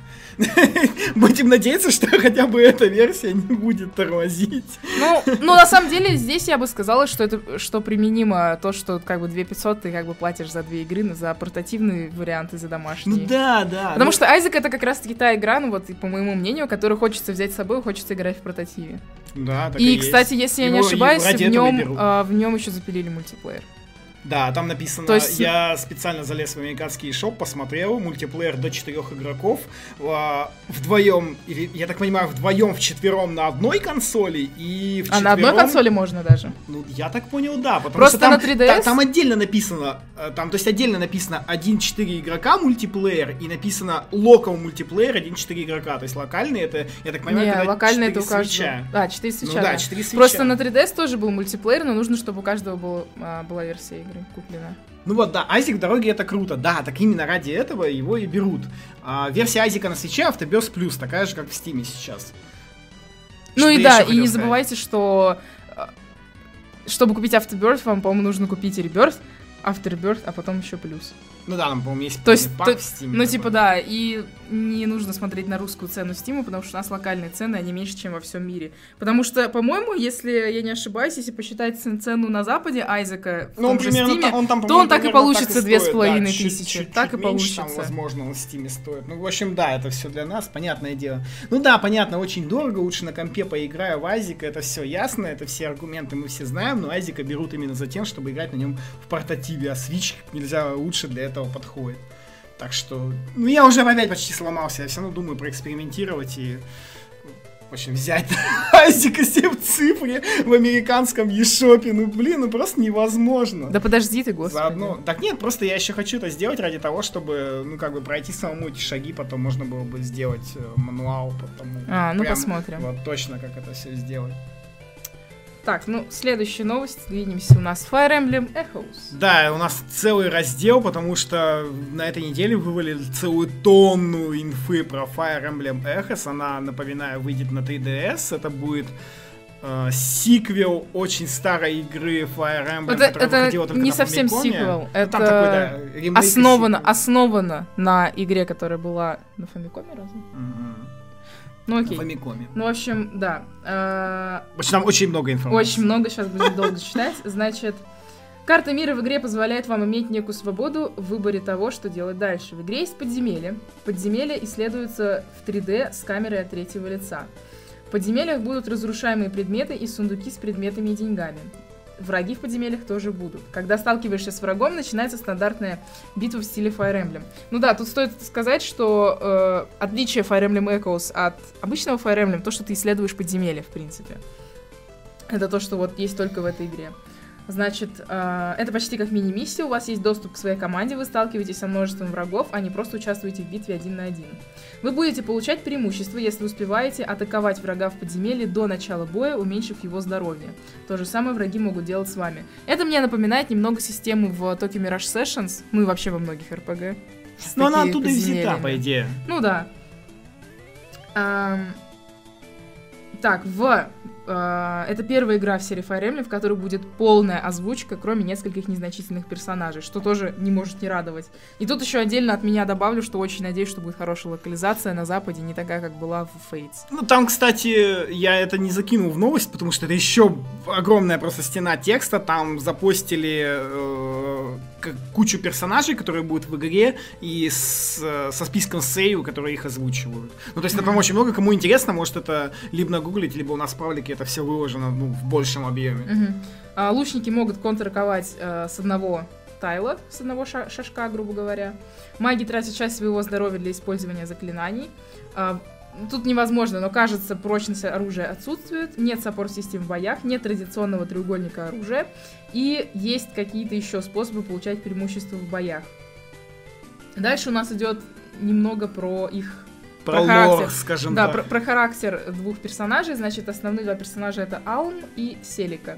Будем надеяться, что хотя бы эта версия не будет тормозить. Ну, на самом деле, здесь я бы сказала, что применимо то, что как бы 2500 ты как бы платишь за 2 игры, за портативные варианты, за домашние. Ну да. Потому что Айзек это как раз-таки та игра, по моему мнению, которую хочется взять с собой, хочется играть в портативе. Да, так и есть. Кстати, если я не ошибаюсь, ради в этого и беру. нем еще запилили мультиплеер. Да, там написано, То есть... я специально залез в американский eShop, посмотрел, мультиплеер до 4 игроков, вдвоем, я так понимаю, вчетвером на одной консоли и вчетвером... А на одной консоли можно даже? Ну, я так понял, да, потому Просто что там, на 3DS? Там отдельно написано, то есть отдельно написано 1-4 игрока мультиплеер и написано локал мультиплеер 1-4 игрока, то есть локальный это, я так понимаю, не, локальный это у каждого. свитча. 4 свитча. Ну да, 4 свитча. Просто на 3DS тоже был мультиплеер, но нужно, чтобы у каждого была версия игры куплена. Ну вот, да, Айзек в дороге это круто. Да, так именно ради этого его и берут. Версия Айзека на свитче Afterbirth Plus, такая же, как в Steam сейчас. Ну Что и я да, еще и хотел не сказать? забывайте, что чтобы купить Afterbirth, вам, по-моему, нужно купить Rebirth, Afterbirth, а потом еще плюс. Ну да, там, по-моему, есть То есть, пак в Steam. ну типа да, и не нужно смотреть на русскую цену Steam, потому что у нас локальные цены, они меньше, чем во всем мире. Потому что, по-моему, если я не ошибаюсь, если посчитать цену на Западе Айзека в том же Steam, то он так и получится 2500. Так и получится. Там, возможно, он в Steam стоит. Ну, в общем, да, это все для нас, понятное дело. Ну да, понятно, очень дорого, лучше на компе поиграю в Айзека, это все ясно, это все аргументы мы все знаем, но Айзека берут именно за тем, чтобы играть на нем в портативе, а Switch как нельзя лучше для этого подходит. Так что, ну я уже опять почти сломался, я все равно думаю проэкспериментировать и, в общем, взять Айзека себе в цифре в американском eShop. Ну блин, ну просто невозможно. Да подожди ты, господи. Заодно... Так нет, просто я еще хочу это сделать ради того, чтобы, ну как бы пройти самому эти шаги, потом можно было бы сделать мануал, потом... Ну посмотрим. Вот точно, как это все сделать. Так, ну, следующая новость. Двинемся у нас. Fire Emblem Echoes. Да, у нас целый раздел, потому что на этой неделе вывалили целую тонну инфы про Fire Emblem Echoes. Она, напоминаю, выйдет на 3DS. Это будет сиквел очень старой игры Fire Emblem, которая выходила только не на совсем Famicom. сиквел. Это там такой, да, ремейк основано на игре, которая была на Famicom, разве? Ну окей. На Famicom. Ну, в общем, да. Там очень много информации. Очень много, сейчас будет долго читать. Значит, карта мира в игре позволяет вам иметь некую свободу в выборе того, что делать дальше. В игре есть подземелья. Подземелья исследуются в 3D с камерой от третьего лица. В подземельях будут разрушаемые предметы и сундуки с предметами и деньгами. Враги в подземельях тоже будут. Когда сталкиваешься с врагом, начинается стандартная битва в стиле Fire Emblem. Ну да, тут стоит сказать, что отличие Fire Emblem Echoes от обычного Fire Emblem, то, что ты исследуешь подземелья, в принципе. Это то, что вот есть только в этой игре. Значит, это почти как мини-миссия, у вас есть доступ к своей команде, вы сталкиваетесь со множеством врагов, а не просто участвуете в битве 1 на 1. Вы будете получать преимущество, если успеваете атаковать врага в подземелье до начала боя, уменьшив его здоровье. То же самое враги могут делать с вами. Это мне напоминает немного систему в Tokyo Mirage Sessions, ну и вообще во многих RPG. Но она оттуда и взята, по идее. Ну да. Так, это первая игра в серии Fire Emblem, в которой будет полная озвучка, кроме нескольких незначительных персонажей, что тоже не может не радовать. И тут еще отдельно от меня добавлю, что очень надеюсь, что будет хорошая локализация на Западе, не такая, как была в Fates. Ну, там, кстати, я это не закинул в новость, потому что это еще огромная просто стена текста, там запостили кучу персонажей, которые будут в игре, и со списком сейв, которые их озвучивают. Ну, то есть, это там очень много, кому интересно, может это либо нагуглить, либо у нас в паблике это все выложено в большем объеме. Лучники могут контратаковать с одного тайла, с одного шажка, грубо говоря. Маги тратят часть своего здоровья для использования заклинаний. Тут невозможно, но кажется, прочность оружия отсутствует, нет саппорт-систем в боях, нет традиционного треугольника оружия, и есть какие-то еще способы получать преимущество в боях. Дальше у нас идет немного про их... Про лор, скажем так. Да, про характер двух персонажей. Значит, основные два персонажа — это Алм и Селика.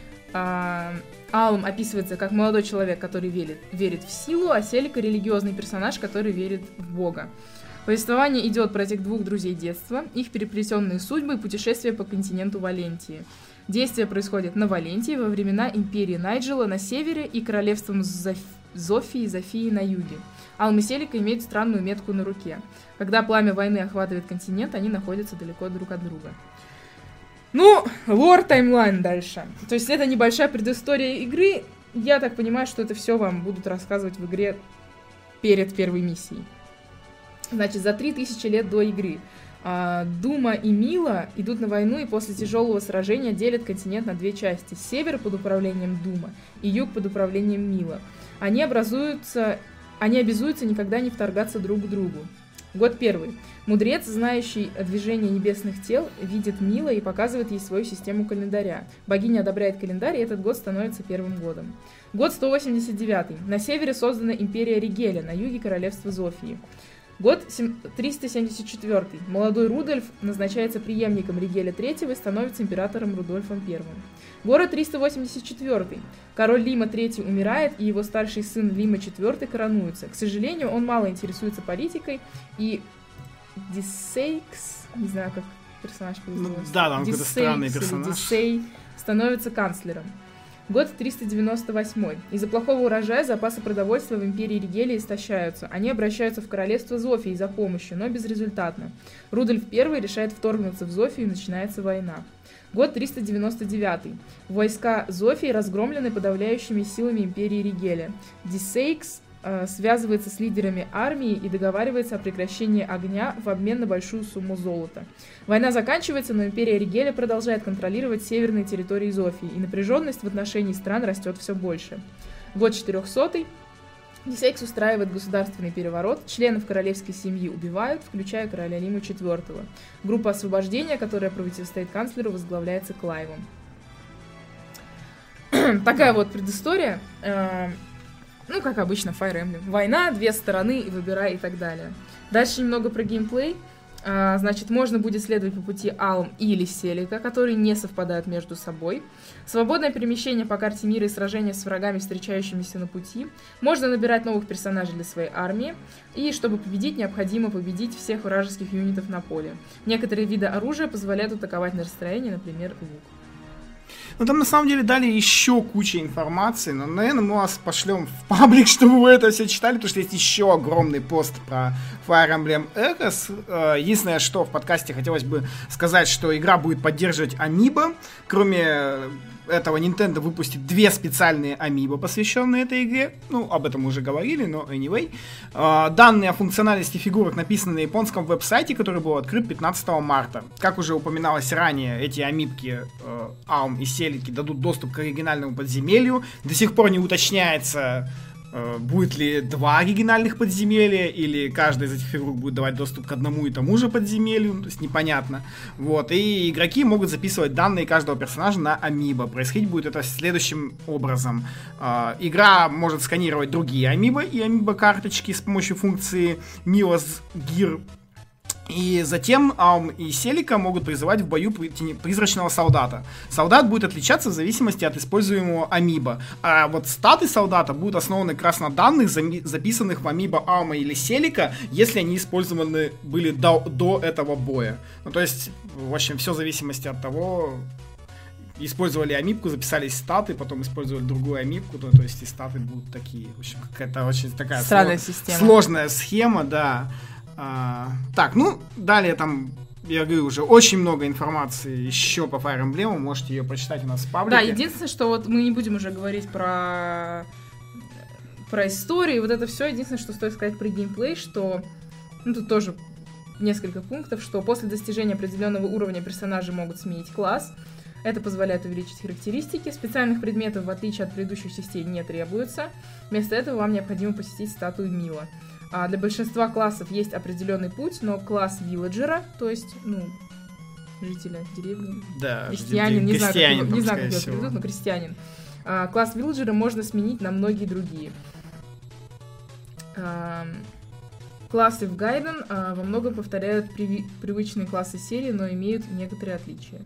Алм описывается как молодой человек, который верит в силу, а Селика — религиозный персонаж, который верит в Бога. Повествование идет про этих двух друзей детства, их переплетенные судьбы и путешествия по континенту Валентии. Действие происходит на Валентии во времена империи Найджела на севере и королевством Зофии на юге. Алм и Селика имеют странную метку на руке. Когда пламя войны охватывает континент, они находятся далеко друг от друга. Ну, лор, таймлайн дальше. То есть это небольшая предыстория игры. Я так понимаю, что это все вам будут рассказывать в игре перед первой миссией. Значит, за 3000 лет до игры Дума и Мила идут на войну и после тяжелого сражения делят континент на две части. Север под управлением Дума и юг под управлением Мила. Они обязуются никогда не вторгаться друг к другу. Год первый. Мудрец, знающий движение небесных тел, видит Мила и показывает ей свою систему календаря. Богиня одобряет календарь, и этот год становится первым годом. Год 189. На севере создана империя Ригеля, на юге королевство Зофии. Год 374. Молодой Рудольф назначается преемником Ригеля III и становится императором Рудольфом I. Город 384. Король Лима III умирает, и его старший сын Лима IV коронуется. К сожалению, он мало интересуется политикой, и Дисейкс, не знаю, как персонаж произносится. Да, там какой-то странный персонаж. Дисей становится канцлером. Год 398. Из-за плохого урожая запасы продовольствия в империи Ригеля истощаются. Они обращаются в королевство Зофии за помощью, но безрезультатно. Рудольф I решает вторгнуться в Зофию, и начинается война. Год 399. Войска Зофии разгромлены подавляющими силами империи Ригеля. Дисейкс связывается с лидерами армии и договаривается о прекращении огня в обмен на большую сумму золота. Война заканчивается, но империя Ригеля продолжает контролировать северные территории Зофии, и напряженность в отношении стран растет все больше. Год 400. Дисейкс устраивает государственный переворот, членов королевской семьи убивают, включая короля Лима IV. Группа освобождения, которая противостоит канцлеру, возглавляется Клайвом. Такая вот предыстория. Ну, как обычно, Fire Emblem. Война, две стороны, выбирай и так далее. Дальше немного про геймплей. Значит, можно будет следовать по пути Алм или Селика, которые не совпадают между собой. Свободное перемещение по карте мира и сражения с врагами, встречающимися на пути. Можно набирать новых персонажей для своей армии. И чтобы победить, необходимо победить всех вражеских юнитов на поле. Некоторые виды оружия позволяют атаковать на расстоянии, например, лук. Ну, там на самом деле дали еще кучу информации, но, наверное, мы вас пошлем в паблик, чтобы вы это все читали, потому что есть еще огромный пост про Fire Emblem Echoes. Единственное, что в подкасте хотелось бы сказать, что игра будет поддерживать Amiibo. Кроме этого, Nintendo выпустит 2 специальные Amiibo, посвященные этой игре. Ну, об этом мы уже говорили, но anyway. Данные о функциональности фигурок написаны на японском веб-сайте, который был открыт 15 марта. Как уже упоминалось ранее, эти амибки Алм и Селики дадут доступ к оригинальному подземелью. До сих пор не уточняется, Будет ли 2 оригинальных подземелья, или каждая из этих игрок будет давать доступ к одному и тому же подземелью, то есть непонятно. Вот, и игроки могут записывать данные каждого персонажа на Amiibo. Происходить будет это следующим образом. Игра может сканировать другие Amiibo и Amiibo карточки с помощью функции Milo's Gear. И затем Аум и Селика могут призывать в бою призрачного солдата. Солдат будет отличаться в зависимости от используемого Амибо. А вот статы солдата будут основаны как раз на данных, записанных в Амибо Аума или Селика, если они использованы были до этого боя. Ну, то есть, в общем, все в зависимости от того, использовали амибку, записались статы, потом использовали другую амибку, то есть и статы будут такие. В общем, какая-то очень такая сложная схема, да. Так, ну, далее там, я говорю, уже очень много информации еще по Fire Emblem, можете ее почитать у нас в паблике. Да, единственное, что вот мы не будем уже говорить про историю, вот это все. Единственное, что стоит сказать про геймплей, что, ну, тут тоже несколько пунктов, что после достижения определенного уровня персонажи могут сменить класс. Это позволяет увеличить характеристики. Специальных предметов, в отличие от предыдущих частей, не требуется. Вместо этого вам необходимо посетить статую Мила. А для большинства классов есть определенный путь, но класс вилледжера, то есть, ну, жителя деревни, да, крестьянин, не знаю, как его переведут, но крестьянин. Класс вилледжера можно сменить на многие другие. Классы в Гайден во многом повторяют привычные классы серии, но имеют некоторые отличия.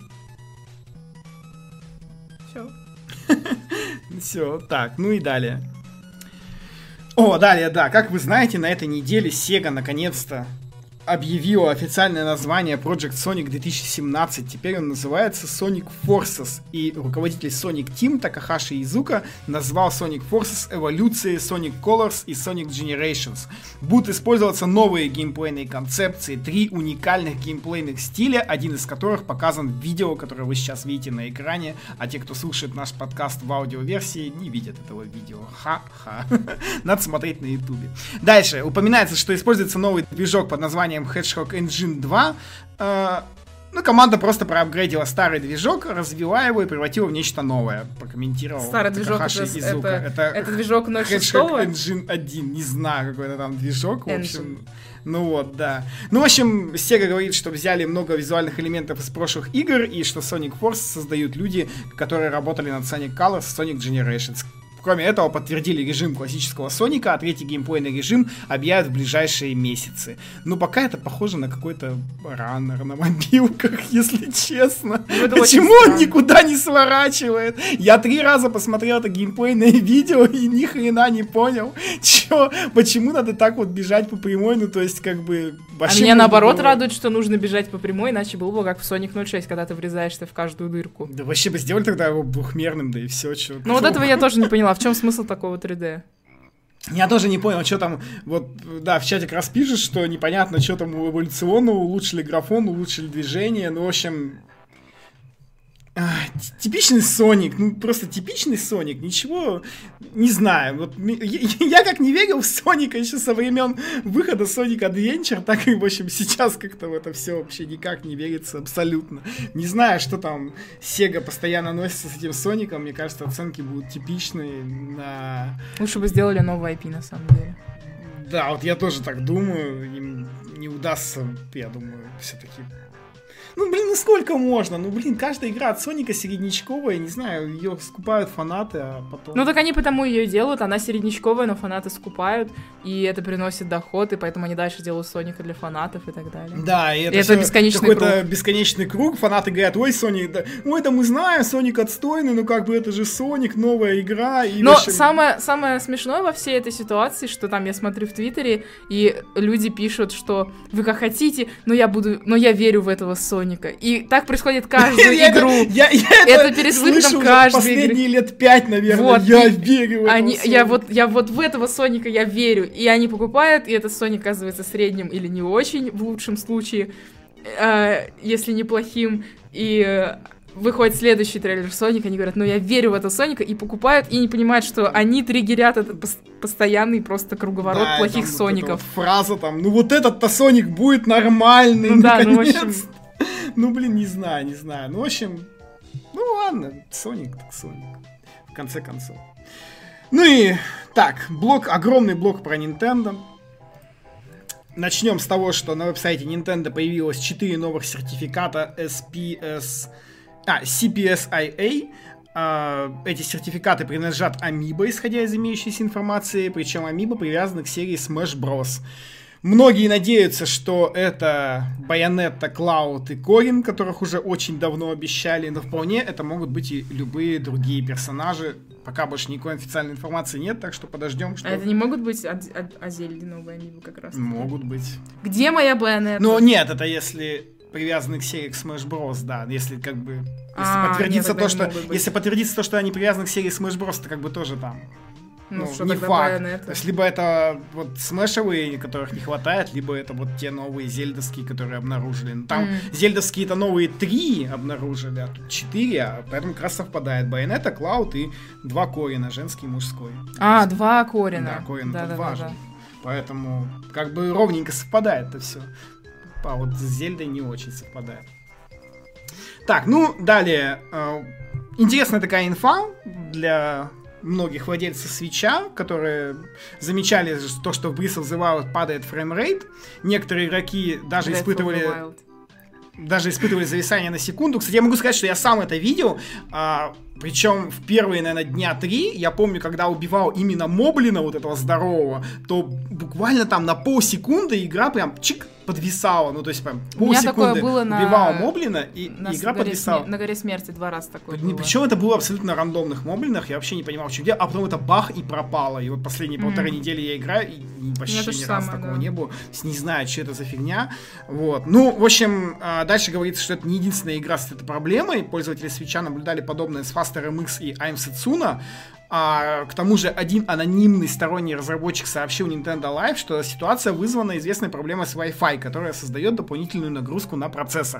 Все. Все, так, ну и далее. О, далее, да, как вы знаете, на этой неделе Sega наконец-то объявила официальное название Project Sonic 2017. Теперь он называется Sonic Forces. И руководитель Sonic Team Такахаши Изука назвал Sonic Forces эволюцией Sonic Colors и Sonic Generations. Будут использоваться новые геймплейные концепции, 3 уникальных геймплейных стиля, один из которых показан в видео, которое вы сейчас видите на экране, а те, кто слушает наш подкаст в аудиоверсии, не видят этого видео. Ха-ха. Надо смотреть на ютубе. Дальше. Упоминается, что используется новый движок под названием Hedgehog Engine 2. Ну, команда просто проапгрейдила старый движок, развила его и превратила в нечто новое. Прокомментировал старый движок, это движок 06-го? Hedgehog Engine 1. Не знаю, какой это там движок. В общем, ну вот, да. Ну, в общем, Sega говорит, что взяли много визуальных элементов из прошлых игр, и что Sonic Force создают люди, которые работали над Sonic Colors, Sonic Generations. Кроме этого, подтвердили режим классического Соника, а третий геймплейный режим объявят в ближайшие месяцы. Но пока это похоже на какой-то раннер на мобилках, если честно. Почему он никуда не сворачивает? Я 3 раза посмотрел это геймплейное видео и ни хрена не понял, почему надо так вот бежать по прямой, ну то есть как бы... А меня наоборот радует, что нужно бежать по прямой, иначе было бы как в Sonic 06, когда ты врезаешься в каждую дырку. Да вообще бы сделали тогда его двухмерным, да и все. Ну вот этого я тоже не поняла. В чем смысл такого 3D? Я тоже не понял, что там, вот, да, в чате как раз пишешь, что непонятно, что там эволюционно, улучшили графон, улучшили движение, ну, в общем... Типичный Соник, ну просто типичный Соник, ничего не знаю. Вот, я как не верил в Соника еще со времен выхода Sonic Adventure, так и, в общем, сейчас как-то в это все вообще никак не верится абсолютно. Не знаю, что там Sega постоянно носится с этим Соником, мне кажется, оценки будут типичные на... Лучше бы сделали новый IP, на самом деле. Да, вот я тоже так думаю, им не удастся, я думаю, все-таки... Ну, блин, ну сколько можно? Ну, блин, каждая игра от Соника середнячковая, не знаю, ее скупают фанаты, а потом... Ну, так они потому ее и делают, она середнячковая, но фанаты скупают, и это приносит доход, и поэтому они дальше делают Соника для фанатов и так далее. Да, и это бесконечный какой-то круг. Бесконечный круг, фанаты говорят, ой, Соник, да, ой, да мы знаем, Соник отстойный, ну как бы это же Соник, новая игра, и... Но общем... самое смешное во всей этой ситуации, что там я смотрю в Твиттере, и люди пишут, что вы как хотите, но я верю в этого Соника. И так происходит каждую игру. Это переслышно там каждую последние лет 5, наверное. Я верю в этого Соника. Я вот в этого Соника я верю. И они покупают, и этот Соник оказывается средним или не очень, в лучшем случае, если не плохим. И выходит следующий трейлер Соника, они говорят, ну я верю в этого Соника, и покупают, и не понимают, что они триггерят этот постоянный просто круговорот плохих Соников. Вот фраза там, ну вот этот-то Соник будет нормальный, ну, да, ну в общем... Ну, блин, не знаю. Ну, в общем, ну ладно, Соник так Соник. В конце концов. Ну и так, огромный блок про Nintendo. Начнем с того, что на веб-сайте Nintendo появилось 4 новых сертификата CPSIA. Эти сертификаты принадлежат Amiibo, исходя из имеющейся информации, причем Amiibo привязаны к серии Smash Bros. Многие надеются, что это Bayonetta, Cloud и Корин, которых уже очень давно обещали, но вполне это могут быть и любые другие персонажи. Пока больше никакой официальной информации нет, так что подождем. Что... А это не могут быть Зельды новые Amiibo как раз? Могут быть. Где моя Bayonetta? Ну нет, это если привязаны к серии к Smash Bros, да. Если как бы... Если подтвердится то, что они привязаны к серии Smash Bros, то как бы тоже там... Ну, что не тогда факт. Bayonetta? То есть, либо это вот смешевые, которых не хватает, либо это вот те новые зельдовские, которые обнаружили. Но там зельдовские-то новые 3 обнаружили, а тут 4, поэтому как раз совпадает. Bayonetta, Cloud и 2 Корина, женский и мужской. 2 Корина. Да, Корин это важно. Поэтому как бы ровненько совпадает это все. А вот с Зельдой не очень совпадает. Так, ну, далее. Интересная такая инфа для... многих владельцев свитча, которые замечали то, что в Breath of the Wild падает фреймрейт. Некоторые игроки даже испытывали зависание на секунду. Кстати, я могу сказать, что я сам это видел, причем в первые, наверное, дня 3, я помню, когда убивал именно моблина вот этого здорового, то буквально там на полсекунды игра прям чик подвисала, ну то есть прям полсекунды убивал моблина, и игра подвисала. На горе смерти 2 раза такое было. Причем это было абсолютно на рандомных моблинах, я вообще не понимал, в чем дело, а потом это бах и пропало, и вот последние 1,5 недели я играю, и вообще ни разу такого не было, не знаю, что это за фигня, вот. Ну, в общем, дальше говорится, что это не единственная игра с этой проблемой, пользователи свитча наблюдали подобное с Faster MX и I'm Setsuna. К тому же один анонимный сторонний разработчик сообщил Nintendo Live, что ситуация вызвана известной проблемой с Wi-Fi, которая создает дополнительную нагрузку на процессор.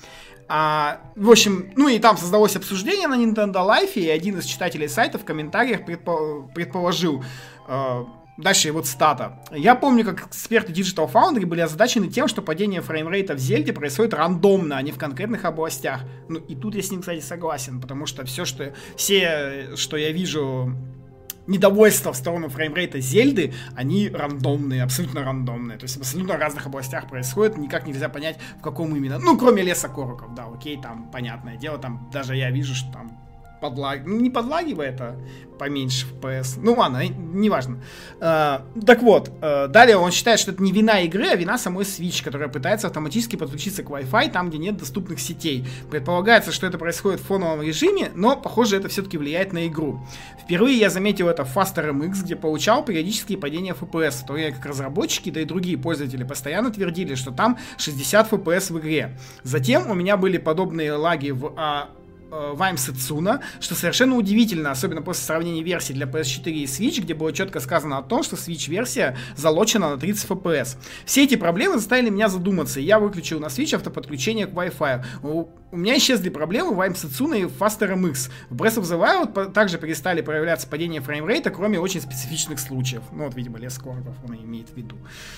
В общем, ну и там создалось обсуждение на Nintendo Live, и один из читателей сайта в комментариях предположил... Дальше вот цитата. «Я помню, как эксперты Digital Foundry были озадачены тем, что падение фреймрейта в Зельде происходит рандомно, а не в конкретных областях». Ну и тут я с ним, кстати, согласен, потому что все, что я вижу недовольство в сторону фреймрейта Зельды, они рандомные, абсолютно рандомные. То есть в абсолютно разных областях происходит, никак нельзя понять, в каком именно. Ну, кроме леса Короков, да, окей, там понятное дело, там даже я вижу, что там не подлагивает, а поменьше FPS. Ну ладно, неважно. Так вот, далее он считает, что это не вина игры, а вина самой Switch, которая пытается автоматически подключиться к Wi-Fi там, где нет доступных сетей. Предполагается, что это происходит в фоновом режиме, но, похоже, это все-таки влияет на игру. Впервые я заметил это в Faster MX, где получал периодические падения FPS, в то время как разработчики, да и другие пользователи постоянно твердили, что там 60 FPS в игре. Затем у меня были подобные лаги в I'm Setsuna, что совершенно удивительно, особенно после сравнения версий для PS4 и Switch, где было четко сказано о том, что Switch-версия залочена на 30 FPS. Все эти проблемы заставили меня задуматься, и я выключил на Switch автоподключение к Wi-Fi. У меня исчезли проблемы в I'm Setsuna и в Faster MX. В Breath of the Wild также перестали проявляться падения фреймрейта, кроме очень специфичных случаев. Ну вот, видимо, лес Короков он имеет в виду.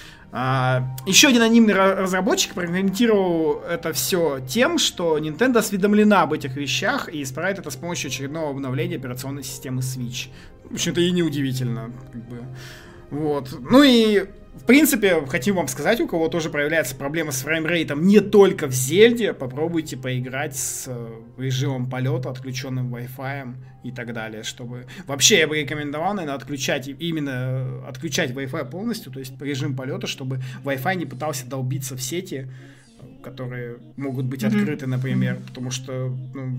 Еще один анонимный разработчик прокомментировал это все тем, что Nintendo осведомлена об этих вещах и исправит это с помощью очередного обновления операционной системы Switch. В общем-то, и неудивительно. Как бы. Вот. Ну и, в принципе, хотим вам сказать, у кого тоже проявляется проблема с фреймрейтом не только в Зельде, попробуйте поиграть с режимом полета, отключенным Wi-Fi и так далее, чтобы... Вообще, я бы рекомендовал, наверное, отключать Wi-Fi полностью, то есть режим полета, чтобы Wi-Fi не пытался долбиться в сети, которые могут быть открыты, например, потому что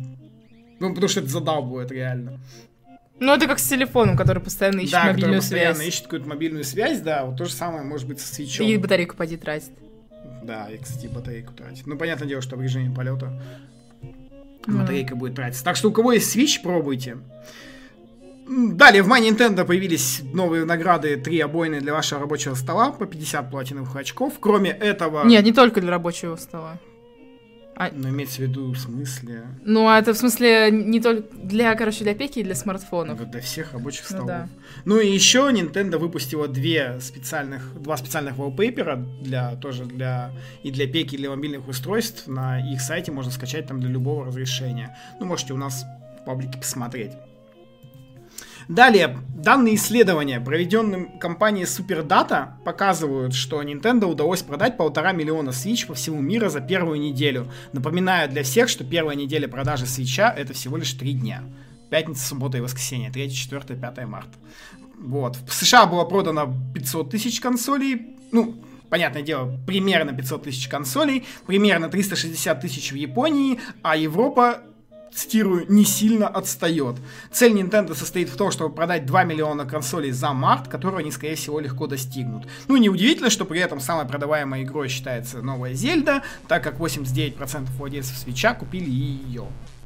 это задалбывает реально. Ну, это как с телефоном, который постоянно ищет мобильную связь. Да, постоянно ищет какую-то мобильную связь, да, вот то же самое может быть со свитчом. И батарейку поди тратит. Да, и, кстати, батарейку тратит. Ну, понятное дело, что в режиме полета батарейка будет тратиться. Так что у кого есть Switch, пробуйте. Далее в мае Nintendo появились новые награды, 3 обойные для вашего рабочего стола по 50 платиновых очков. Кроме этого... Нет, не только для рабочего стола. Но имеется в виду в смысле... Ну, а это в смысле не только для пеки и для смартфонов. Для всех рабочих столов. Да. Ну и еще Nintendo выпустила два специальных wallpaper для пеки, и для мобильных устройств. На их сайте можно скачать там для любого разрешения. Ну, можете у нас в паблике посмотреть. Далее, Данные исследования, проведенные компанией SuperData, показывают, что Nintendo удалось продать 1,5 миллиона Switch по всему миру за первую неделю. Напоминаю для всех, что первая неделя продажи Switch'а это всего лишь 3 дня. Пятница, суббота и воскресенье, 3, 4, 5 марта. Вот. В США было продано 500 тысяч консолей, понятное дело, примерно 500 тысяч консолей, примерно 360 тысяч в Японии, а Европа, цитирую, не сильно отстает. Цель Nintendo состоит в том, чтобы продать 2 миллиона консолей за март, которую они, скорее всего, легко достигнут. Неудивительно, что при этом самой продаваемой игрой считается новая Зельда, так как 89% владельцев Switch'а купили ее.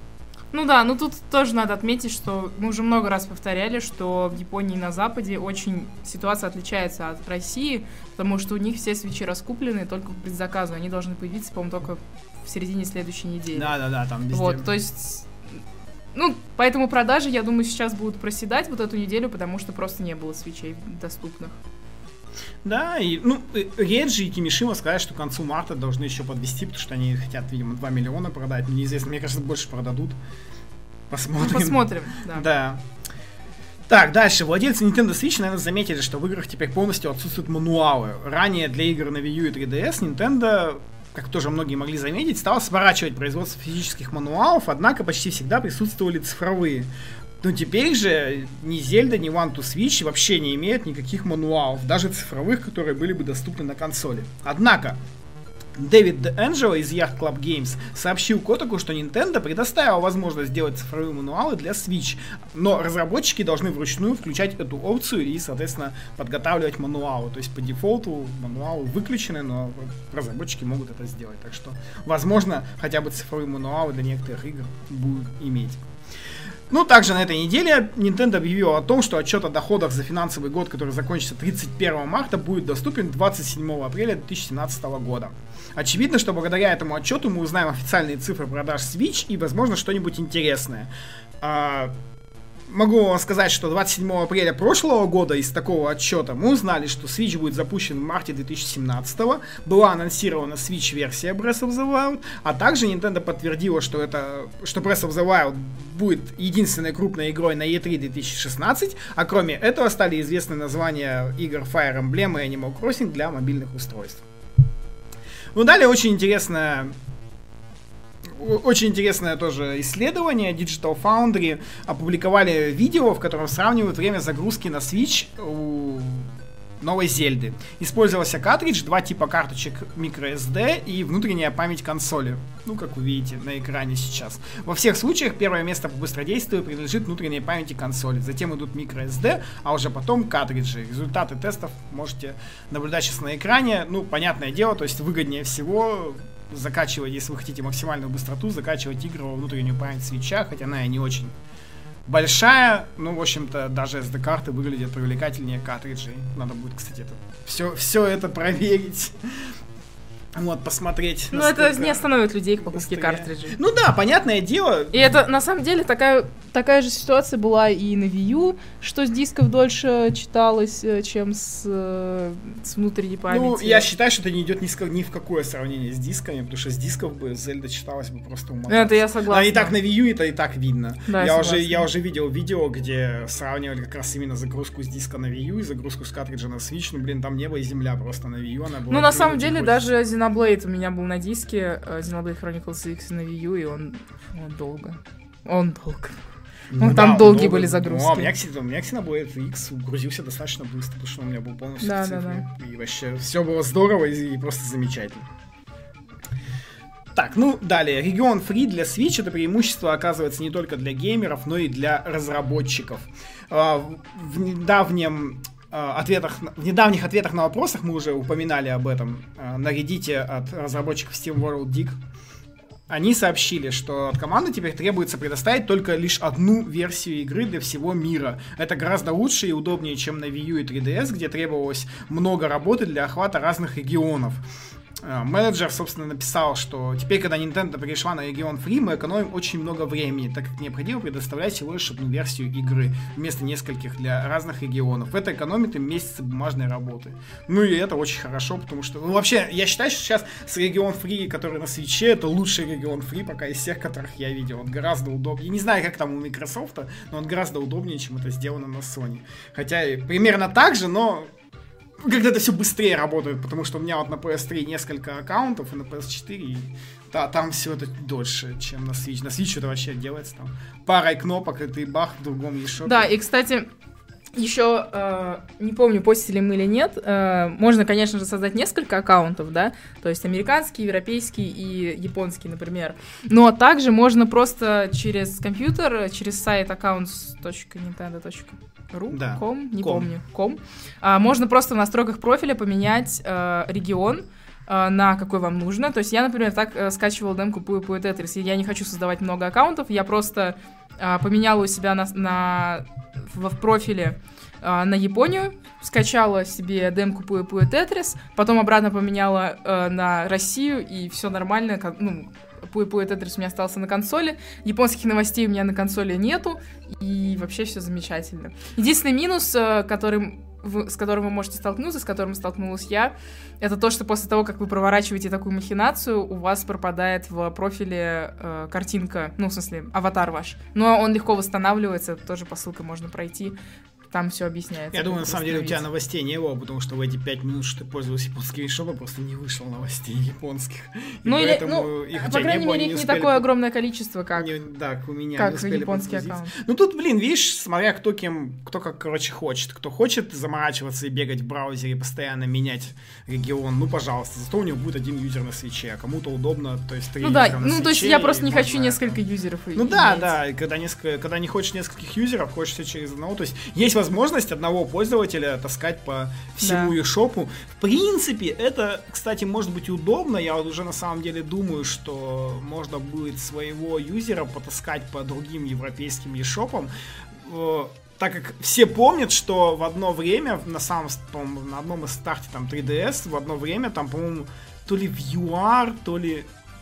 Тут тоже надо отметить, что мы уже много раз повторяли, что в Японии и на Западе очень ситуация отличается от России, потому что у них все свитчи раскуплены только по предзаказу, они должны появиться, по-моему, только в середине следующей недели. Да, там везде. Вот, то есть, поэтому продажи, я думаю, сейчас будут проседать вот эту неделю, потому что просто не было свитчей доступных. Да, и, Реджи и Кимишима сказали, что к концу марта должны еще подвести, потому что они хотят, видимо, 2 миллиона продать. Неизвестно, мне кажется, больше продадут. Посмотрим. Да. Так, дальше. Владельцы Nintendo Switch, наверное, заметили, что в играх теперь полностью отсутствуют мануалы. Ранее для игр на Wii U и 3DS Nintendo, как тоже многие могли заметить, стала сворачивать производство физических мануалов, однако почти всегда присутствовали цифровые. Но теперь же ни Zelda, ни One to Switch вообще не имеют никаких мануалов, даже цифровых, которые были бы доступны на консоли. Однако, Дэвид D'Angelo из Yacht Club Games сообщил Kotaku, что Nintendo предоставила возможность сделать цифровые мануалы для Switch, но разработчики должны вручную включать эту опцию и, соответственно, подготавливать мануалы. То есть по дефолту мануалы выключены, но разработчики могут это сделать. Так что, возможно, хотя бы цифровые мануалы для некоторых игр будут иметь. Также на этой неделе Nintendo объявила о том, что отчет о доходах за финансовый год, который закончится 31 марта, будет доступен 27 апреля 2017 года. Очевидно, что благодаря этому отчету мы узнаем официальные цифры продаж Switch и, возможно, что-нибудь интересное. Могу вам сказать, что 27 апреля прошлого года из такого отчета мы узнали, что Switch будет запущен в марте 2017, была анонсирована Switch-версия Breath of the Wild, а также Nintendo подтвердила, что Breath of the Wild будет единственной крупной игрой на E3 2016, а кроме этого стали известны названия игр Fire Emblem и Animal Crossing для мобильных устройств. Далее очень интересное тоже исследование. Digital Foundry опубликовали видео, в котором сравнивают время загрузки на Switch у новой Зельды. Использовался картридж, 2 типа карточек microSD и внутренняя память консоли. Как вы видите на экране сейчас. Во всех случаях первое место по быстродействию принадлежит внутренней памяти консоли. Затем идут microSD, а уже потом картриджи. Результаты тестов можете наблюдать сейчас на экране. Понятное дело, то есть выгоднее всего закачивать, если вы хотите максимальную быстроту, закачивать игры во внутреннюю память Switch'а, хотя она и не очень большая, в общем-то, даже SD-карты выглядят привлекательнее картриджей. Надо будет, кстати, все это проверить. Посмотреть. Это не остановит людей к покупке картриджей. Да, понятное дело. И это, на самом деле, такая же ситуация была и на Wii U, что с дисков дольше читалось, чем с внутренней памятью. Я считаю, что это не идет ни в какое сравнение с дисками, потому что с дисков бы Zelda читалась бы просто уморно. Это я согласна. А и так на Wii U это и так видно. Да, я уже видел видео, где сравнивали как раз именно загрузку с диска на Wii U и загрузку с картриджа на Switch. Там небо и земля просто на Wii U. Она была на самом деле, даже Xenoblade у меня был на диске, Xenoblade Chronicles X на Wii U, и он долго. Там долгие были загрузки. У меня Xenoblade X грузился достаточно быстро, потому что у меня был полностью цифры. И вообще все было здорово и просто замечательно. Так, далее. Регион Free для Switch — это преимущество, оказывается, не только для геймеров, но и для разработчиков. В недавних ответах на вопросах мы уже упоминали об этом на Reddit от разработчиков Steam World Dig. Они сообщили, что от команды теперь требуется предоставить только лишь одну версию игры для всего мира. Это гораздо лучше и удобнее, чем на Wii U и 3DS, где требовалось много работы для охвата разных регионов. менеджер, собственно, написал, что теперь, когда Nintendo перешла на регион Free, мы экономим очень много времени, так как необходимо предоставлять всего лишь одну версию игры вместо нескольких для разных регионов. Это экономит им месяцы бумажной работы. Ну и это очень хорошо, потому что... Ну, вообще, я считаю, что сейчас с регион Free, который на Switch, это лучший регион Free пока из всех, которых я видел. Он гораздо удобнее. Не знаю, как там у Microsoft, но он гораздо удобнее, чем это сделано на Sony. Хотя и примерно так же, но... Когда это все быстрее работает, потому что у меня вот на PS3 несколько аккаунтов, и на PS4, и да, там все это дольше, чем на Switch. На Switch это вообще делается там парой кнопок, и ты бах, в другом eShop. Да, и, кстати, еще, не помню, постили мы или нет, можно, конечно же, создать несколько аккаунтов, да, то есть американский, европейский и японский, например. Но также можно просто через компьютер, через сайт accounts.nintendo.ru, Да. помню, можно просто в настройках профиля поменять регион, на какой вам нужно. То есть я, например, так скачивала демку Puyo Tetris, и я не хочу создавать много аккаунтов, я просто поменяла у себя в профиле на Японию, скачала себе демку Puyo Tetris, потом обратно поменяла на Россию, и все нормально, ну, Puyo Tetris у меня остался на консоли, японских новостей у меня на консоли нету, и вообще все замечательно. Единственный минус, с которым вы можете столкнуться, с которым столкнулась я, это то, что после того, как вы проворачиваете такую махинацию, у вас пропадает в профиле картинка, ну, в смысле, аватар ваш. Но он легко восстанавливается, тоже по ссылке можно пройти. Там все объясняется. Я думаю, на самом деле у тебя новостей не было, потому что в эти 5 минут, что ты пользовался японскими шопами, просто не вышло новостей японских. Ну, или, по крайней мере, их не такое огромное количество, как, у меня как японский аккаунт. Ну, тут, блин, видишь, смотря кто как, короче, хочет. Кто хочет заморачиваться и бегать в браузере, постоянно менять регион, ну, пожалуйста. Зато у него будет один юзер на свитче, а кому-то удобно, то есть 3 юзера на свитче. Ну, то есть я просто не хочу несколько юзеров. Ну, да, и когда не хочешь нескольких юзеров, хочешь все через одного, то есть есть возможность одного пользователя таскать по всему eShop'у. В принципе, это, кстати, может быть удобно. Я вот уже на самом деле думаю, что можно будет своего юзера потаскать по другим европейским eShop'ам. Так как все помнят, что в одно время, на одном из старте там 3DS, в одно время там, по-моему, то ли в ЮАР, то ли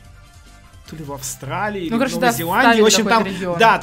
в Австралии, или в Новой Зеландии. В общем, там,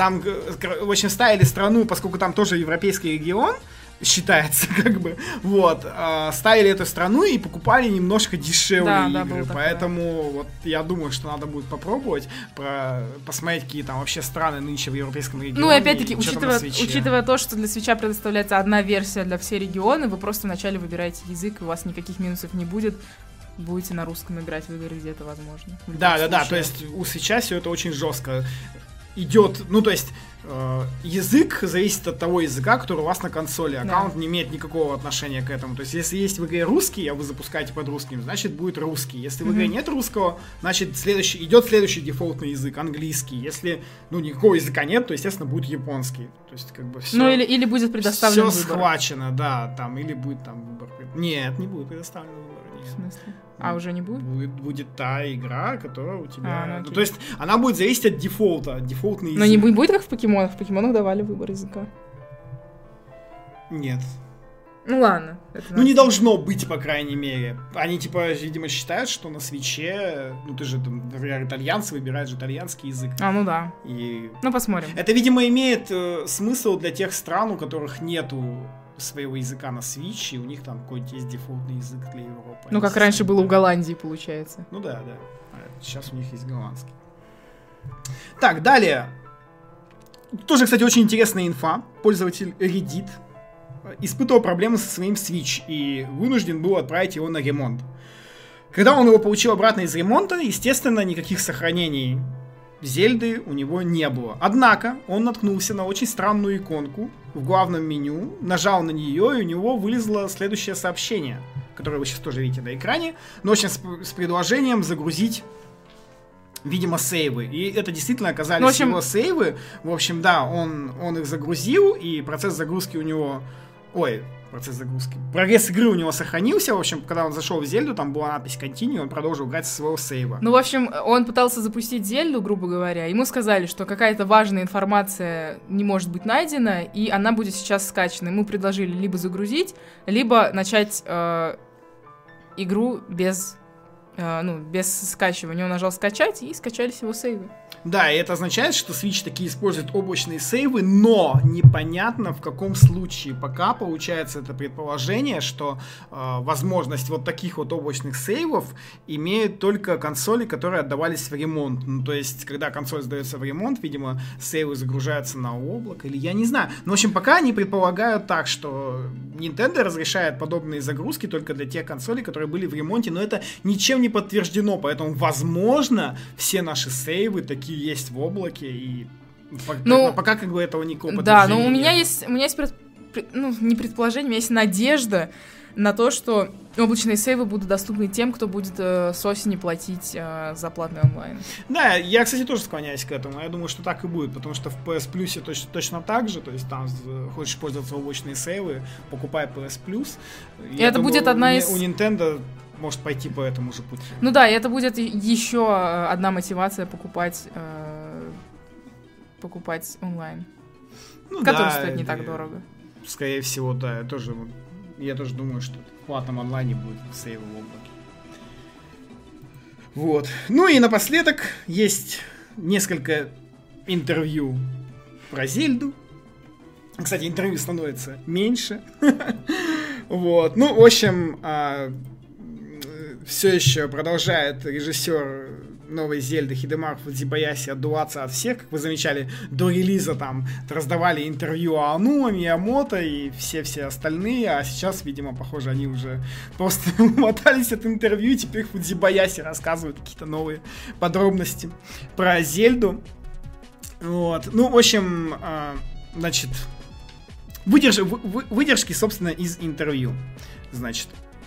в общем, ставили страну, поскольку там тоже европейский регион считается, как бы, вот, ставили эту страну и покупали немножко дешевле игры, поэтому вот я думаю, что надо будет попробовать посмотреть, какие там вообще страны нынче в европейском регионе. Ну и опять-таки, учитывая то, что для Switch'а предоставляется одна версия для всех регионов, вы просто вначале выбираете язык, и у вас никаких минусов не будет. Будете на русском играть в игры, где это возможно. Да, то есть у Switch'а все это очень жестко идет, ну, то есть язык зависит от того языка, который у вас на консоли. Аккаунт не имеет никакого отношения к этому. То есть, если есть в игре русский, а вы запускаете под русским, значит, будет русский. Если в игре нет русского, значит, идет следующий дефолтный язык, английский. Если, никакого языка нет, то, естественно, будет японский. То есть, как бы все... Ну, или будет предоставлен выбор. Все схвачено, да, там, или будет там выбор. Нет, не будет предоставлен выбор. В смысле? А уже не будет? Будет та игра, которая у тебя... то есть она будет зависеть от дефолта, от дефолтный язык. Но не будет как в покемонах. В покемонах давали выбор языка. Нет. Ну ладно. Не должно быть, по крайней мере. Они, видимо, считают, что на свитче, ты же, например, итальянцы выбирают же итальянский язык. Ну да. Ну, посмотрим. Это, видимо, имеет смысл для тех стран, у которых нету своего языка на Switch, и у них там какой-то есть дефолтный язык для Европы. Ну, как раньше было у Голландии, получается. Ну да. Сейчас у них есть голландский. Так, далее. Тоже, кстати, очень интересная инфа. Пользователь Reddit испытывал проблемы со своим Switch и вынужден был отправить его на ремонт. Когда он его получил обратно из ремонта, естественно, никаких сохранений Зельды у него не было. Однако он наткнулся на очень странную иконку в главном меню, нажал на нее, и у него вылезло следующее сообщение, которое вы сейчас тоже видите на экране, но сейчас с предложением загрузить, видимо, сейвы. И это действительно оказались его сейвы. В общем, да, он их загрузил, и процесс загрузки у него... Прогресс игры у него сохранился. В общем, когда он зашел в Зельду, там была надпись Continue, он продолжил играть со своего сейва. Ну, в общем, он пытался запустить Зельду, грубо говоря. Ему сказали, что какая-то важная информация не может быть найдена, и она будет сейчас скачана. Ему предложили либо загрузить, либо начать игру без без скачивания. Он нажал скачать, и скачались его сейвы. Да, и это означает, что Switch таки использует облачные сейвы, но непонятно в каком случае. Пока получается это предположение, что возможность вот таких вот облачных сейвов имеют только консоли, которые отдавались в ремонт. Ну, то есть, когда консоль сдается в ремонт, видимо, сейвы загружаются на облако, или я не знаю. Но, в общем, пока они предполагают так, что Nintendo разрешает подобные загрузки только для тех консолей, которые были в ремонте, но это ничем не подтверждено, поэтому, возможно, все наши сейвы такие есть в облаке, и пока как бы этого никакого подтверждения. Да, но у меня есть не предположение, у меня есть надежда на то, что облачные сейвы будут доступны тем, кто будет с осени платить за платный онлайн. Да, я, кстати, тоже склоняюсь к этому. Я думаю, что так и будет, потому что в PS Plus точно так же, то есть там хочешь пользоваться облачные сейвы, покупай PS Plus. И это будет одна из... У Nintendo может пойти по этому же пути. Ну да, и это будет еще одна мотивация покупать онлайн, который стоит не так дорого. Скорее всего, да. Я тоже думаю, что в платном онлайне будет сейвы в облаке. Вот. Ну и напоследок есть несколько интервью про Зельду. Кстати, интервью становится меньше. Вот. Ну, в общем, все еще продолжает режиссер новой Зельды Хидемар Фудзибаяси отдуваться от всех. Как вы замечали, до релиза там раздавали интервью Аонума, Миямото и все остальные, а сейчас, видимо, похоже, они уже просто умотались от интервью, и теперь Фудзибаяси рассказывает какие-то новые подробности про Зельду. Вот. Ну, в общем, значит, выдержки, собственно, из интервью. Значит,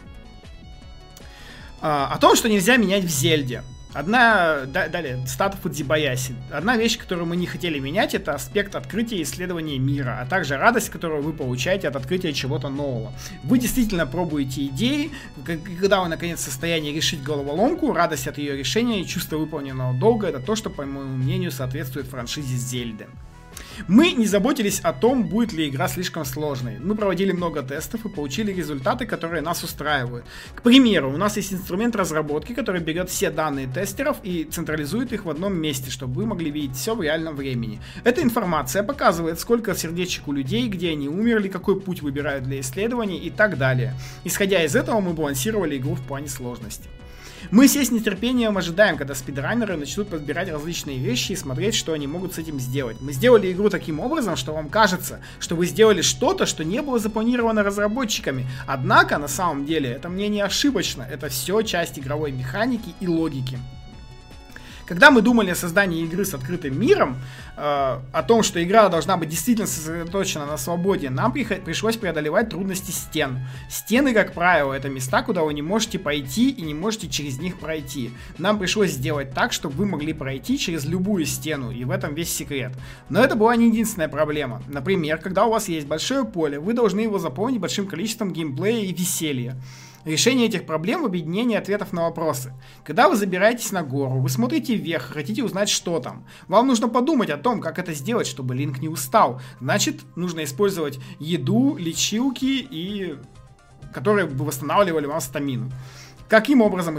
о том, что нельзя менять в Зельде. Далее, статус Фудзибаяси. Одна вещь, которую мы не хотели менять, это аспект открытия и исследования мира, а также радость, которую вы получаете от открытия чего-то нового. Вы действительно пробуете идеи, когда вы наконец в состоянии решить головоломку, радость от ее решения и чувство выполненного долга — это то, что, по моему мнению, соответствует франшизе Зельды. Мы не заботились о том, будет ли игра слишком сложной. Мы проводили много тестов и получили результаты, которые нас устраивают. К примеру, у нас есть инструмент разработки, который берет все данные тестеров и централизует их в одном месте, чтобы вы могли видеть все в реальном времени. Эта информация показывает, сколько сердечек у людей, где они умерли, какой путь выбирают для исследований и так далее. Исходя из этого, мы балансировали игру в плане сложности. Мы все с нетерпением ожидаем, когда спидранеры начнут подбирать различные вещи и смотреть, что они могут с этим сделать. Мы сделали игру таким образом, что вам кажется, что вы сделали что-то, что не было запланировано разработчиками. Однако, на самом деле, это мнение ошибочно. Это все часть игровой механики и логики. Когда мы думали о создании игры с открытым миром, о том, что игра должна быть действительно сосредоточена на свободе, нам пришлось преодолевать трудности стен. Стены, как правило, это места, куда вы не можете пойти и не можете через них пройти. Нам пришлось сделать так, чтобы вы могли пройти через любую стену, и в этом весь секрет. Но это была не единственная проблема. Например, когда у вас есть большое поле, вы должны его заполнить большим количеством геймплея и веселья. Решение этих проблем в объединении ответов на вопросы. Когда вы забираетесь на гору, вы смотрите вверх, хотите узнать, что там. Вам нужно подумать о том, как это сделать, чтобы Линк не устал. Значит, нужно использовать еду, лечилки, которые бы восстанавливали вам стамину. Каким образом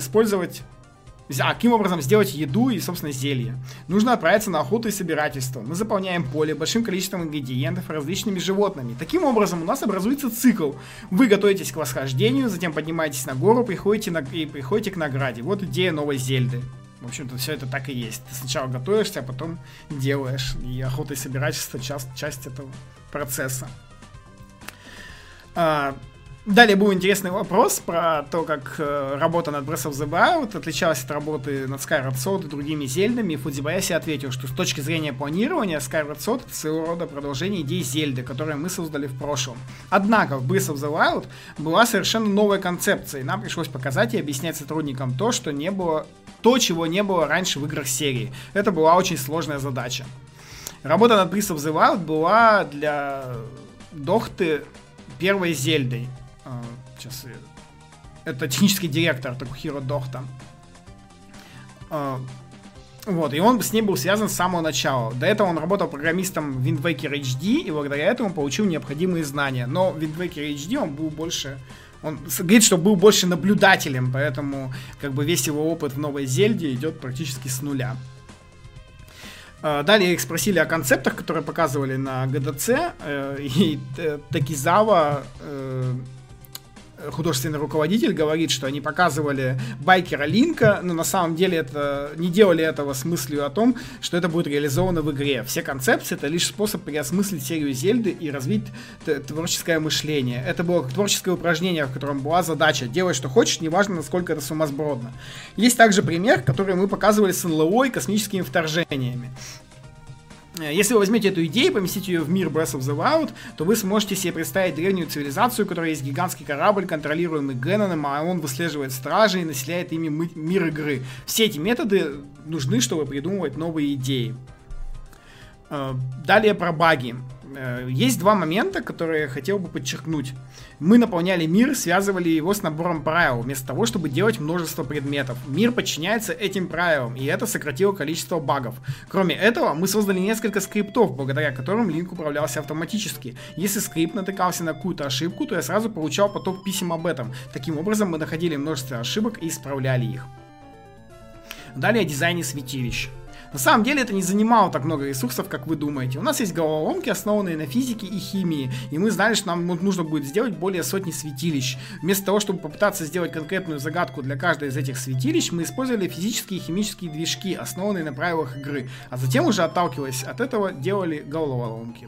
сделать еду и, собственно, зелье? Нужно отправиться на охоту и собирательство. Мы заполняем поле большим количеством ингредиентов различными животными. Таким образом, у нас образуется цикл. Вы готовитесь к восхождению, затем поднимаетесь на гору, приходите к награде. Вот идея новой Зельды. В общем-то, все это так и есть. Ты сначала готовишься, а потом делаешь. И охота и собирательство — часть этого процесса. Далее был интересный вопрос про то, как работа над Breath of the Wild отличалась от работы над Skyward Sword и другими Зельдами. Фудзибаяси ответил, что с точки зрения планирования Skyward Sword — это своего рода продолжение идей Зельды, которые мы создали в прошлом. Однако в Breath of the Wild была совершенно новая концепция, и нам пришлось показать и объяснять сотрудникам то, чего не было раньше в играх серии. Это была очень сложная задача. Работа над Breath of the Wild была для Дохты первой Зельдой. Сейчас это технический директор Такухиро Дохта. Вот, и он с ней был связан с самого начала. До этого он работал программистом в Wind Waker HD, и благодаря этому получил необходимые знания. Но в Wind Waker HD он был больше Он говорит, что был больше наблюдателем, поэтому как бы весь его опыт в новой Зельде идет практически с нуля. Далее их спросили о концептах, которые показывали на ГДЦ, и Такизава, художественный руководитель, говорит, что они показывали байкера Линка, но на самом деле это не делали этого с мыслью о том, что это будет реализовано в игре. Все концепции — это лишь способ переосмыслить серию Зельды и развить творческое мышление. Это было творческое упражнение, в котором была задача делать, что хочешь, неважно, насколько это сумасбродно. Есть также пример, который мы показывали с НЛО и космическими вторжениями. Если вы возьмете эту идею и поместите ее в мир Breath of the Wild, то вы сможете себе представить древнюю цивилизацию, у которой есть гигантский корабль, контролируемый Геноном, а он выслеживает стражей и населяет ими мир игры. Все эти методы нужны, чтобы придумывать новые идеи. Далее про баги. Есть два момента, которые я хотел бы подчеркнуть. Мы наполняли мир, связывали его с набором правил, вместо того, чтобы делать множество предметов. Мир подчиняется этим правилам, и это сократило количество багов. Кроме этого, мы создали несколько скриптов, благодаря которым Линк управлялся автоматически. Если скрипт натыкался на какую-то ошибку, то я сразу получал поток писем об этом. Таким образом, мы находили множество ошибок и исправляли их. Далее о дизайне святилищ. На самом деле это не занимало так много ресурсов, как вы думаете. У нас есть головоломки, основанные на физике и химии, и мы знали, что нам нужно будет сделать более сотни святилищ. Вместо того, чтобы попытаться сделать конкретную загадку для каждой из этих святилищ, мы использовали физические и химические движки, основанные на правилах игры, а затем уже, отталкиваясь от этого, делали головоломки.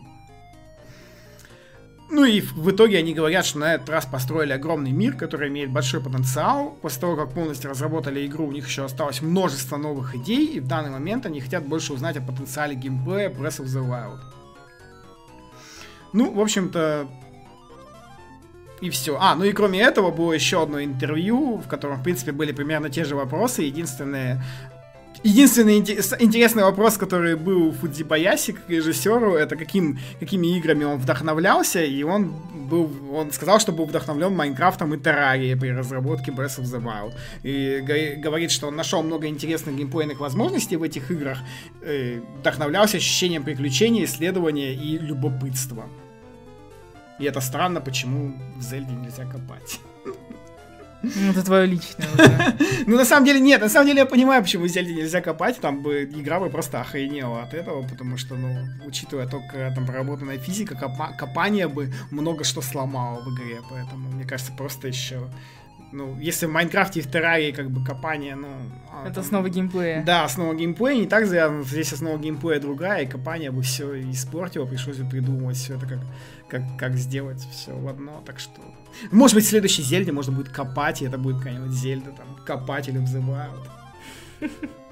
Ну и в итоге они говорят, что на этот раз построили огромный мир, который имеет большой потенциал. После того, как полностью разработали игру, у них еще осталось множество новых идей, и в данный момент они хотят больше узнать о потенциале геймплея Breath of the Wild. Ну, в общем-то, и все. Ну и кроме этого было еще одно интервью, в котором, в принципе, были примерно те же вопросы. Единственный интересный вопрос, который был у Фудзибаяси к режиссеру, это какими играми он вдохновлялся, и он сказал, что был вдохновлен Майнкрафтом и Террарией при разработке Breath of the Wild. И говорит, что он нашел много интересных геймплейных возможностей в этих играх, вдохновлялся ощущением приключений, исследования и любопытства. И это странно, почему в Зельде нельзя копать. Это твое личное уже. Ну, на самом деле, нет. На самом деле, я понимаю, почему в Зельде нельзя копать. Там бы игра бы просто охренела от этого, потому что, учитывая только там проработанная физика, копание бы много что сломало в игре. Поэтому, мне кажется, просто еще... если в Майнкрафте и в Террарии как бы копание, это основа геймплея. Да, основа геймплея не так завязана. Здесь основа геймплея другая, и копание бы все испортило, пришлось бы придумывать все это, как сделать все в одно, так что... Может быть, в следующей Зельде можно будет копать, и это будет какая-нибудь Зельда, там, Копатель of the Wild.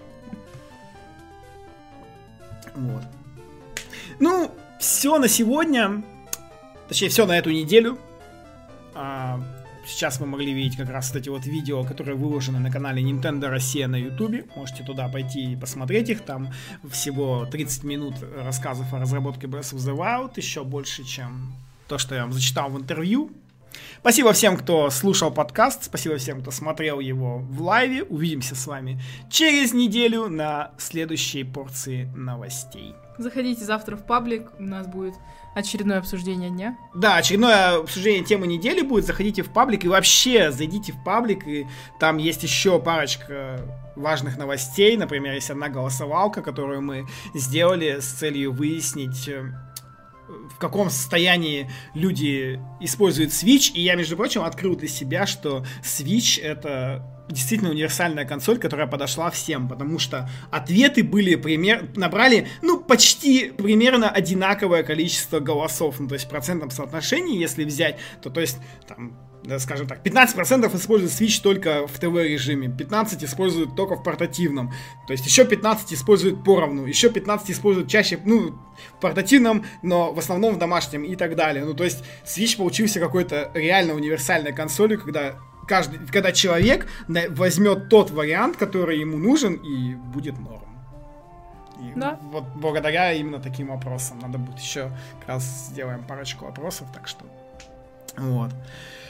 Вот. Ну, все на сегодня. Точнее, все на эту неделю. Сейчас вы могли видеть как раз эти вот видео, которые выложены на канале Nintendo Россия на YouTube. Можете туда пойти и посмотреть их. Там всего 30 минут рассказов о разработке Breath of the Wild. Еще больше, чем то, что я вам зачитал в интервью. Спасибо всем, кто слушал подкаст. Спасибо всем, кто смотрел его в лайве. Увидимся с вами через неделю на следующей порции новостей. Заходите завтра в паблик. У нас будет очередное обсуждение дня. Да, очередное обсуждение темы недели будет. Заходите в паблик и вообще зайдите в паблик. И там есть еще парочка важных новостей. Например, есть одна голосовалка, которую мы сделали с целью выяснить, в каком состоянии люди используют Switch. И я, между прочим, открыл для себя, что Switch — это действительно универсальная консоль, которая подошла всем, потому что ответы были набрали, почти примерно одинаковое количество голосов, то есть в процентном соотношении, если взять, то есть, там, скажем так, 15% используют Switch только в ТВ-режиме, 15% используют только в портативном, то есть еще 15% используют поровну, еще 15% используют чаще, в портативном, но в основном в домашнем и так далее. То есть Switch получился какой-то реально универсальной консолью, когда человек возьмет тот вариант, который ему нужен, и будет норм. И да. Вот благодаря именно таким вопросам. Надо будет еще как раз сделаем парочку вопросов, так что вот.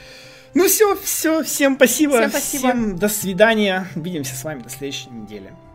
Все, всем спасибо. Всем спасибо. Всем до свидания. Увидимся с вами до следующей недели.